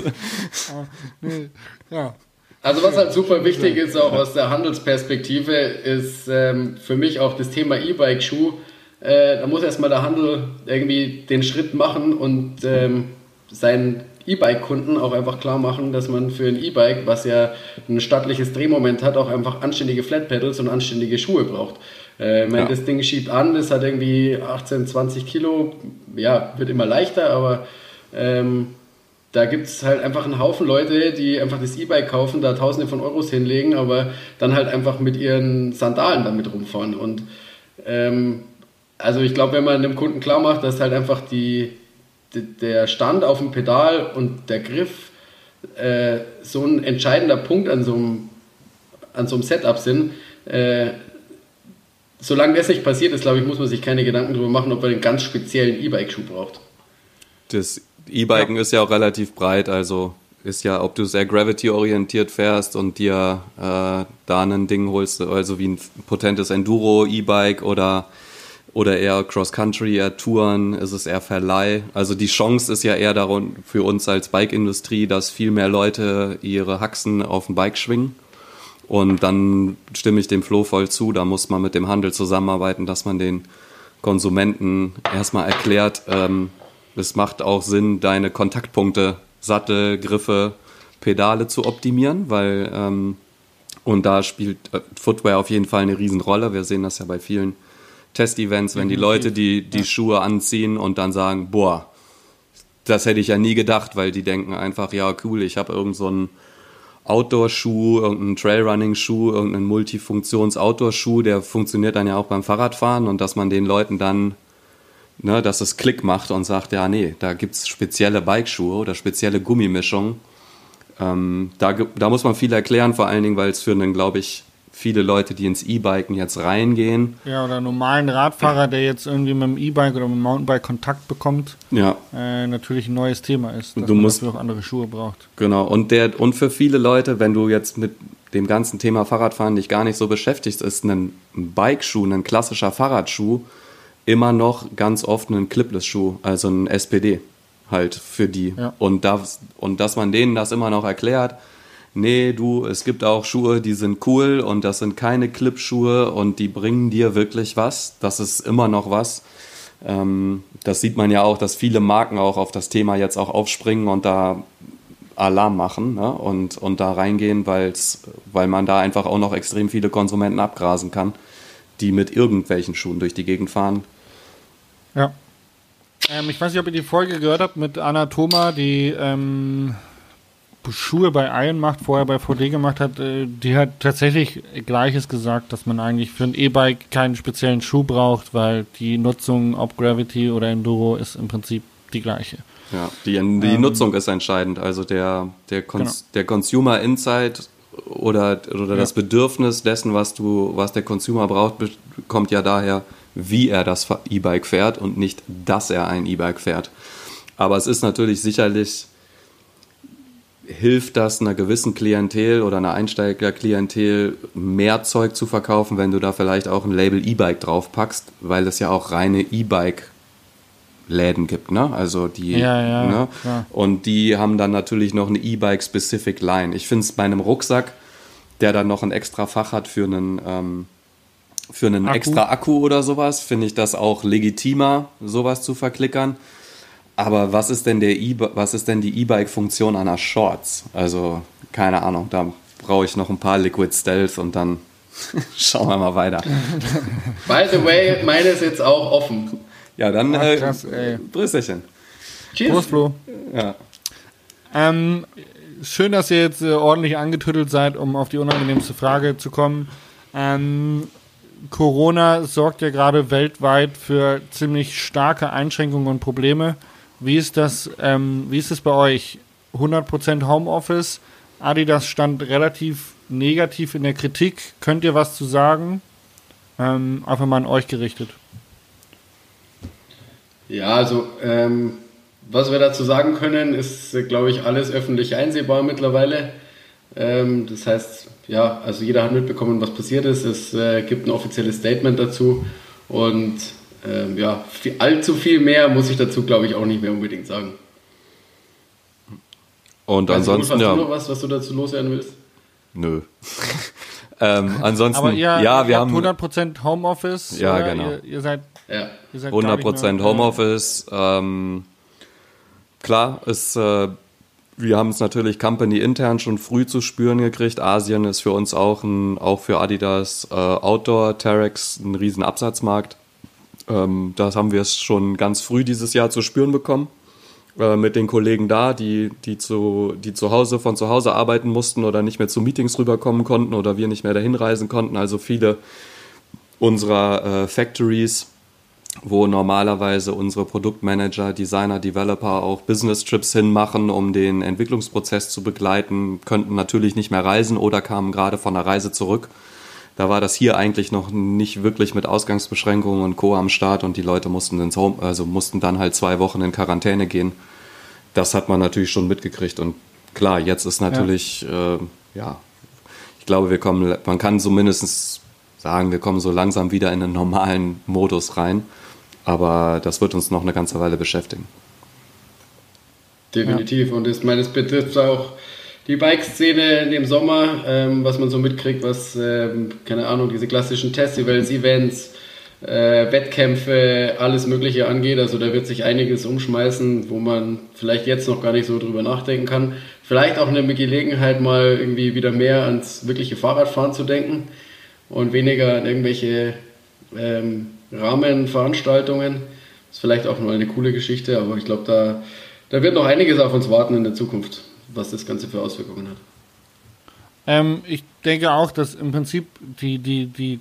Ja. Also was halt super wichtig ist, auch aus der Handelsperspektive, ist ähm, für mich auch das Thema E-Bike-Schuh. Äh, da muss erstmal der Handel irgendwie den Schritt machen und ähm, seinen E-Bike-Kunden auch einfach klar machen, dass man für ein E-Bike, was ja ein stattliches Drehmoment hat, auch einfach anständige Flat-Pedals und anständige Schuhe braucht. Äh, ich meine, ja. Das Ding schiebt an, das hat irgendwie achtzehn, zwanzig Kilo, ja, wird immer leichter, aber ähm, da gibt es halt einfach einen Haufen Leute, die einfach das E-Bike kaufen, da Tausende von Euros hinlegen, aber dann halt einfach mit ihren Sandalen damit rumfahren. Und ähm, also ich glaube, wenn man dem Kunden klar macht, dass halt einfach die der Stand auf dem Pedal und der Griff äh, so ein entscheidender Punkt an so einem, an so einem Setup sind. Äh, solange das nicht passiert ist, glaube ich, muss man sich keine Gedanken darüber machen, ob man einen ganz speziellen E-Bike-Schuh braucht. Das E-Biken ja. ist ja auch relativ breit, also ist ja, ob du sehr Gravity-orientiert fährst und dir äh, da ein Ding holst, also wie ein potentes Enduro-E-Bike oder oder eher Cross-Country, eher Touren, ist es eher Verleih. Also die Chance ist ja eher darum für uns als Bike-Industrie, dass viel mehr Leute ihre Haxen auf dem Bike schwingen. Und dann stimme ich dem Flo voll zu, da muss man mit dem Handel zusammenarbeiten, dass man den Konsumenten erstmal erklärt, ähm, es macht auch Sinn, deine Kontaktpunkte, Sattel, Griffe, Pedale zu optimieren, weil ähm, und da spielt äh, Footwear auf jeden Fall eine Riesenrolle. Wir sehen das ja bei vielen Testevents, wenn die Leute die, die ja. Schuhe anziehen und dann sagen, boah, das hätte ich ja nie gedacht, weil die denken einfach, ja cool, ich habe irgend so einen Outdoor-Schuh, irgendeinen Trailrunning-Schuh, irgendeinen Multifunktions-Outdoor-Schuh, der funktioniert dann ja auch beim Fahrradfahren und dass man den Leuten dann, ne, dass es Klick macht und sagt, ja nee, da gibt's spezielle Bikeschuhe oder spezielle Gummimischungen. Ähm, da, da muss man viel erklären, vor allen Dingen, weil es für einen, glaube ich, viele Leute, die ins E-Biken jetzt reingehen. Ja, oder normalen Radfahrer, der jetzt irgendwie mit dem E-Bike oder mit dem Mountainbike Kontakt bekommt, ja. äh, natürlich ein neues Thema ist, dass du man musst, dafür auch andere Schuhe braucht. Genau, und, der, und für viele Leute, wenn du jetzt mit dem ganzen Thema Fahrradfahren dich gar nicht so beschäftigst, ist ein Bikeschuh, ein klassischer Fahrradschuh, immer noch ganz oft ein Clipless-Schuh, also ein S P D halt für die. Ja. Und, das, und dass man denen das immer noch erklärt, nee, du, es gibt auch Schuhe, die sind cool und das sind keine Clip-Schuhe und die bringen dir wirklich was. Das ist immer noch was. Ähm, das sieht man ja auch, dass viele Marken auch auf das Thema jetzt auch aufspringen und da Alarm machen, ne? und, und da reingehen, weil's, weil man da einfach auch noch extrem viele Konsumenten abgrasen kann, die mit irgendwelchen Schuhen durch die Gegend fahren. Ja. Ähm, ich weiß nicht, ob ihr die Folge gehört habt mit Anna Thoma, die ähm Schuhe bei Iron macht, vorher bei V D gemacht hat, die hat tatsächlich Gleiches gesagt, dass man eigentlich für ein E-Bike keinen speziellen Schuh braucht, weil die Nutzung, ob Gravity oder Enduro, ist im Prinzip die gleiche. Ja, die, die ähm, Nutzung ist entscheidend, also der, der, Cons- genau. der Consumer Insight oder, oder ja. das Bedürfnis dessen, was du, was der Consumer braucht, kommt ja daher, wie er das E-Bike fährt und nicht, dass er ein E-Bike fährt. Aber es ist natürlich sicherlich hilft das einer gewissen Klientel oder einer Einsteigerklientel mehr Zeug zu verkaufen, wenn du da vielleicht auch ein Label E-Bike draufpackst, weil es ja auch reine E-Bike-Läden gibt, ne? Also die, ja, ja, ne? Klar. Und die haben dann natürlich noch eine E-Bike-Specific Line. Ich finde es bei einem Rucksack, der dann noch ein extra Fach hat für einen, ähm, für einen Akku. extra Akku oder sowas, finde ich das auch legitimer, sowas zu verklickern. Aber was ist denn der E- was ist denn die E-Bike-Funktion einer Shorts? Also, keine Ahnung, da brauche ich noch ein paar Liquid Stealth und dann schauen wir mal weiter. By the way, meine ist jetzt auch offen. Ja, dann Ach, äh, krass, ey. Prösterchen. Cheers. Prost, Flo. Ja. Ähm, schön, dass ihr jetzt äh, ordentlich angetüttelt seid, um auf die unangenehmste Frage zu kommen. Ähm, Corona sorgt ja gerade weltweit für ziemlich starke Einschränkungen und Probleme. Wie ist das, ähm, wie ist das bei euch? hundert Prozent Homeoffice. Adidas stand relativ negativ in der Kritik. Könnt ihr was zu sagen? Ähm, einfach mal an euch gerichtet. Ja, also ähm, was wir dazu sagen können, ist, äh, glaube ich, alles öffentlich einsehbar mittlerweile. Ähm, das heißt, ja, also jeder hat mitbekommen, was passiert ist. Es äh, gibt ein offizielles Statement dazu und ähm, ja, viel, allzu viel mehr muss ich dazu, glaube ich, auch nicht mehr unbedingt sagen. Und weißt ansonsten, du, hast ja. du noch was, was du dazu loswerden willst? Nö. ähm, ansonsten, Aber ihr, ja, ihr wir habt haben hundert Prozent Homeoffice. Ja, oder? genau. Ihr, ihr seid, ja. ihr seid hundert Prozent mehr, Homeoffice. Ähm, klar, ist, äh, wir haben es natürlich Company intern schon früh zu spüren gekriegt. Asien ist für uns auch, ein, auch für Adidas äh, Outdoor, Terex ein riesen Absatzmarkt. Ähm, das haben wir es schon ganz früh dieses Jahr zu spüren bekommen. Äh, mit den Kollegen da, die, die, zu, die zu Hause von zu Hause arbeiten mussten oder nicht mehr zu Meetings rüberkommen konnten oder wir nicht mehr dahin reisen konnten. Also viele unserer äh, Factories, wo normalerweise unsere Produktmanager, Designer, Developer auch Business-Trips hinmachen, um den Entwicklungsprozess zu begleiten, könnten natürlich nicht mehr reisen oder kamen gerade von der Reise zurück. Da war das hier eigentlich noch nicht wirklich mit Ausgangsbeschränkungen und Co. am Start und die Leute mussten ins Home, also mussten dann halt zwei Wochen in Quarantäne gehen. Das hat man natürlich schon mitgekriegt und klar, jetzt ist natürlich, ja, äh, ja ich glaube, wir kommen, man kann zumindest sagen, wir kommen so langsam wieder in einen normalen Modus rein. Aber das wird uns noch eine ganze Weile beschäftigen. Definitiv. Ja. Und ich meine, es betrifft auch die Bike-Szene in dem Sommer, ähm, was man so mitkriegt, was, ähm, keine Ahnung, diese klassischen Festivals, Events, äh, Wettkämpfe, alles Mögliche angeht. Also da wird sich einiges umschmeißen, wo man vielleicht jetzt noch gar nicht so drüber nachdenken kann. Vielleicht auch eine Gelegenheit, mal irgendwie wieder mehr ans wirkliche Fahrradfahren zu denken und weniger an irgendwelche ähm, Rahmenveranstaltungen. Ist vielleicht auch nur eine coole Geschichte, aber ich glaube, da, da wird noch einiges auf uns warten in der Zukunft, was das Ganze für Auswirkungen hat. Ähm, ich denke auch, dass im Prinzip die, die, die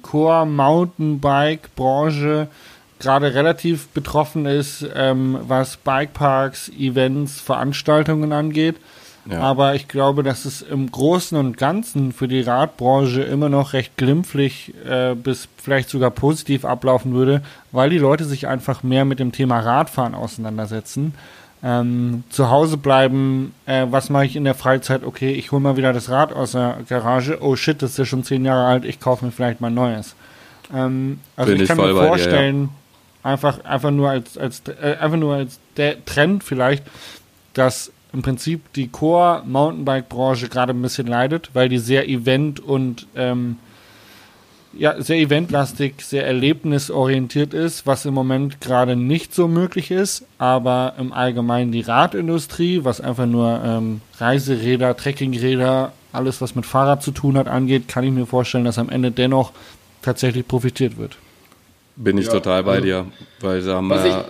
Core-Mountainbike-Branche gerade relativ betroffen ist, ähm, was Bikeparks, Events, Veranstaltungen angeht. Ja. Aber ich glaube, dass es im Großen und Ganzen für die Radbranche immer noch recht glimpflich äh, bis vielleicht sogar positiv ablaufen würde, weil die Leute sich einfach mehr mit dem Thema Radfahren auseinandersetzen. Ähm, zu Hause bleiben, äh, was mache ich in der Freizeit? Okay, ich hole mal wieder das Rad aus der Garage. Oh shit, das ist ja schon zehn Jahre alt, ich kaufe mir vielleicht mal ein neues. Ähm, also Bin ich kann ich mir vorstellen, dir, ja. einfach, einfach nur als, als, äh, einfach nur als der Trend vielleicht, dass im Prinzip die Core-Mountainbike-Branche gerade ein bisschen leidet, weil die sehr event- und ähm, ja, sehr eventlastig, sehr erlebnisorientiert ist, was im Moment gerade nicht so möglich ist, aber im Allgemeinen die Radindustrie, was einfach nur ähm, Reiseräder, Trekkingräder, alles was mit Fahrrad zu tun hat, angeht, kann ich mir vorstellen, dass am Ende dennoch tatsächlich profitiert wird. Bin ich ja, total bei also, dir, weil da haben wir...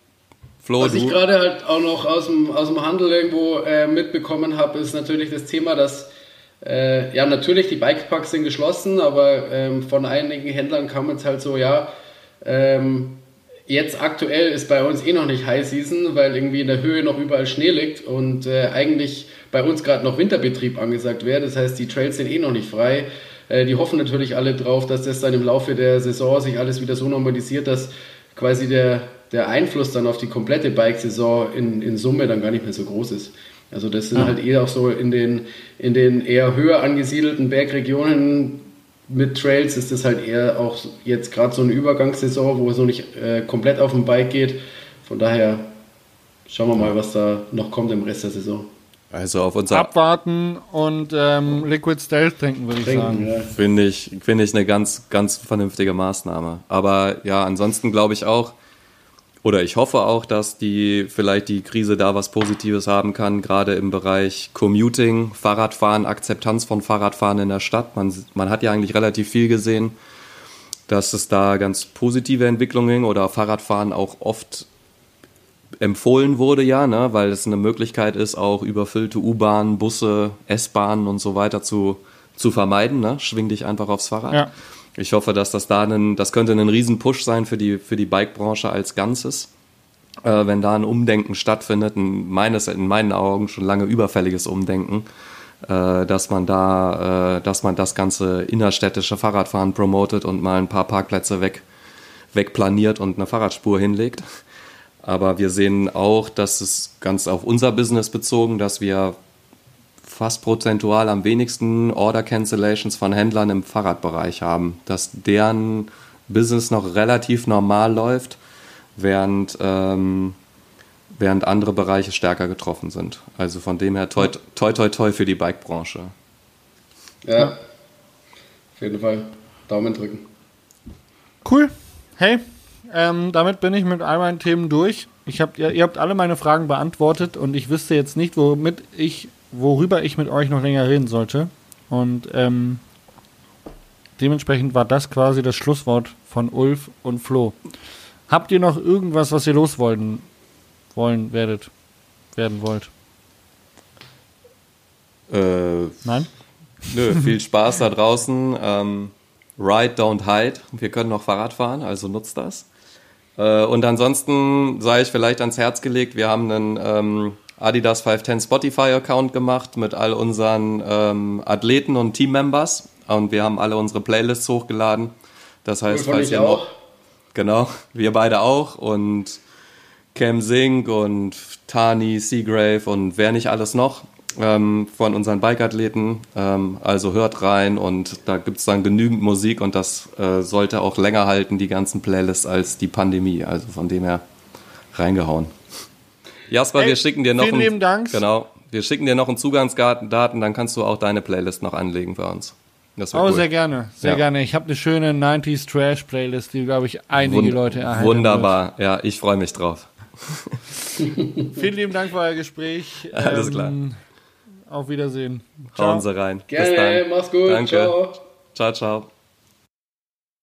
Flo, was ich gerade halt auch noch aus dem, aus dem Handel irgendwo äh, mitbekommen habe, ist natürlich das Thema, dass Äh, ja, natürlich, die Bikeparks sind geschlossen, aber ähm, von einigen Händlern kam jetzt halt so, ja, ähm, jetzt aktuell ist bei uns eh noch nicht High Season, weil irgendwie in der Höhe noch überall Schnee liegt und äh, eigentlich bei uns gerade noch Winterbetrieb angesagt wäre. Das heißt, die Trails sind eh noch nicht frei. Äh, die hoffen natürlich alle drauf, dass das dann im Laufe der Saison sich alles wieder so normalisiert, dass quasi der, der Einfluss dann auf die komplette Bike-Saison in, in Summe dann gar nicht mehr so groß ist. Also das sind ja. halt eher auch so in den, in den eher höher angesiedelten Bergregionen mit Trails ist das halt eher auch jetzt gerade so eine Übergangssaison, wo es noch nicht äh, komplett auf dem Bike geht. Von daher schauen wir mal, was da noch kommt im Rest der Saison. Also auf unser Abwarten und ähm, Liquid Stealth trinken, würde ich sagen. Ja. Finde ich, finde ich eine ganz, ganz vernünftige Maßnahme. Aber ja, ansonsten glaube ich auch, oder ich hoffe auch, dass die vielleicht die Krise da was Positives haben kann, gerade im Bereich Commuting, Fahrradfahren, Akzeptanz von Fahrradfahren in der Stadt. Man, man hat ja eigentlich relativ viel gesehen, dass es da ganz positive Entwicklungen oder Fahrradfahren auch oft empfohlen wurde, ja, ne, weil es eine Möglichkeit ist, auch überfüllte U-Bahnen, Busse, S-Bahnen und so weiter zu, zu vermeiden. Ne? Schwing dich einfach aufs Fahrrad. Ja. Ich hoffe, dass das da einen, das könnte ein Riesen-Push sein für die, für die Bike-Branche als Ganzes, äh, wenn da ein Umdenken stattfindet, ein meines, in meinen Augen schon lange überfälliges Umdenken, äh, dass man da, äh, dass man das ganze innerstädtische Fahrradfahren promotet und mal ein paar Parkplätze weg, wegplaniert und eine Fahrradspur hinlegt. Aber wir sehen auch, dass es ganz auf unser Business bezogen, dass wir fast prozentual am wenigsten Order-Cancellations von Händlern im Fahrradbereich haben, dass deren Business noch relativ normal läuft, während, ähm, während andere Bereiche stärker getroffen sind. Also von dem her toi toi toi, toi für die Bike-Branche. Ja, auf jeden Fall. Daumen drücken. Cool. Hey, ähm, damit bin ich mit all meinen Themen durch. Ich hab, ihr, ihr habt alle meine Fragen beantwortet und ich wüsste jetzt nicht, womit ich worüber ich mit euch noch länger reden sollte. Und ähm, dementsprechend war das quasi das Schlusswort von Ulf und Flo. Habt ihr noch irgendwas, was ihr loswollen wollen werdet, werden wollt? Äh, Nein? Nö, viel Spaß da draußen. Ähm, ride, don't hide. Wir können noch Fahrrad fahren, also nutzt das. Äh, und ansonsten sei ich vielleicht ans Herz gelegt, wir haben einen ähm, Adidas fünf zehn Spotify-Account gemacht mit all unseren ähm, Athleten und Teammembers und wir haben alle unsere Playlists hochgeladen. Das heißt, falls ihr noch, genau, wir beide auch und Cam Sink und Tani, Seagrave und wer nicht alles noch. ähm, von unseren Bikeathleten. Ähm, also hört rein und da gibt es dann genügend Musik und das äh, sollte auch länger halten, die ganzen Playlists, als die Pandemie. Also von dem her reingehauen. Jasper, Hey, wir schicken dir noch vielen einen, lieben Dank. Genau, wir schicken dir noch einen Zugangsdaten, dann kannst du auch deine Playlist noch anlegen für uns. Das wär Oh, cool. sehr gerne, sehr Ja. gerne. Ich habe eine schöne neunziger Trash Playlist, die, glaube ich, einige Wund- Leute erhalten Wunderbar, ja, ich freue mich drauf. wird. Vielen lieben Dank für euer Gespräch. Alles klar. Auf Wiedersehen. Hauen Sie rein. Bis Gerne, dann. mach's gut, Danke. ciao. Ciao, ciao.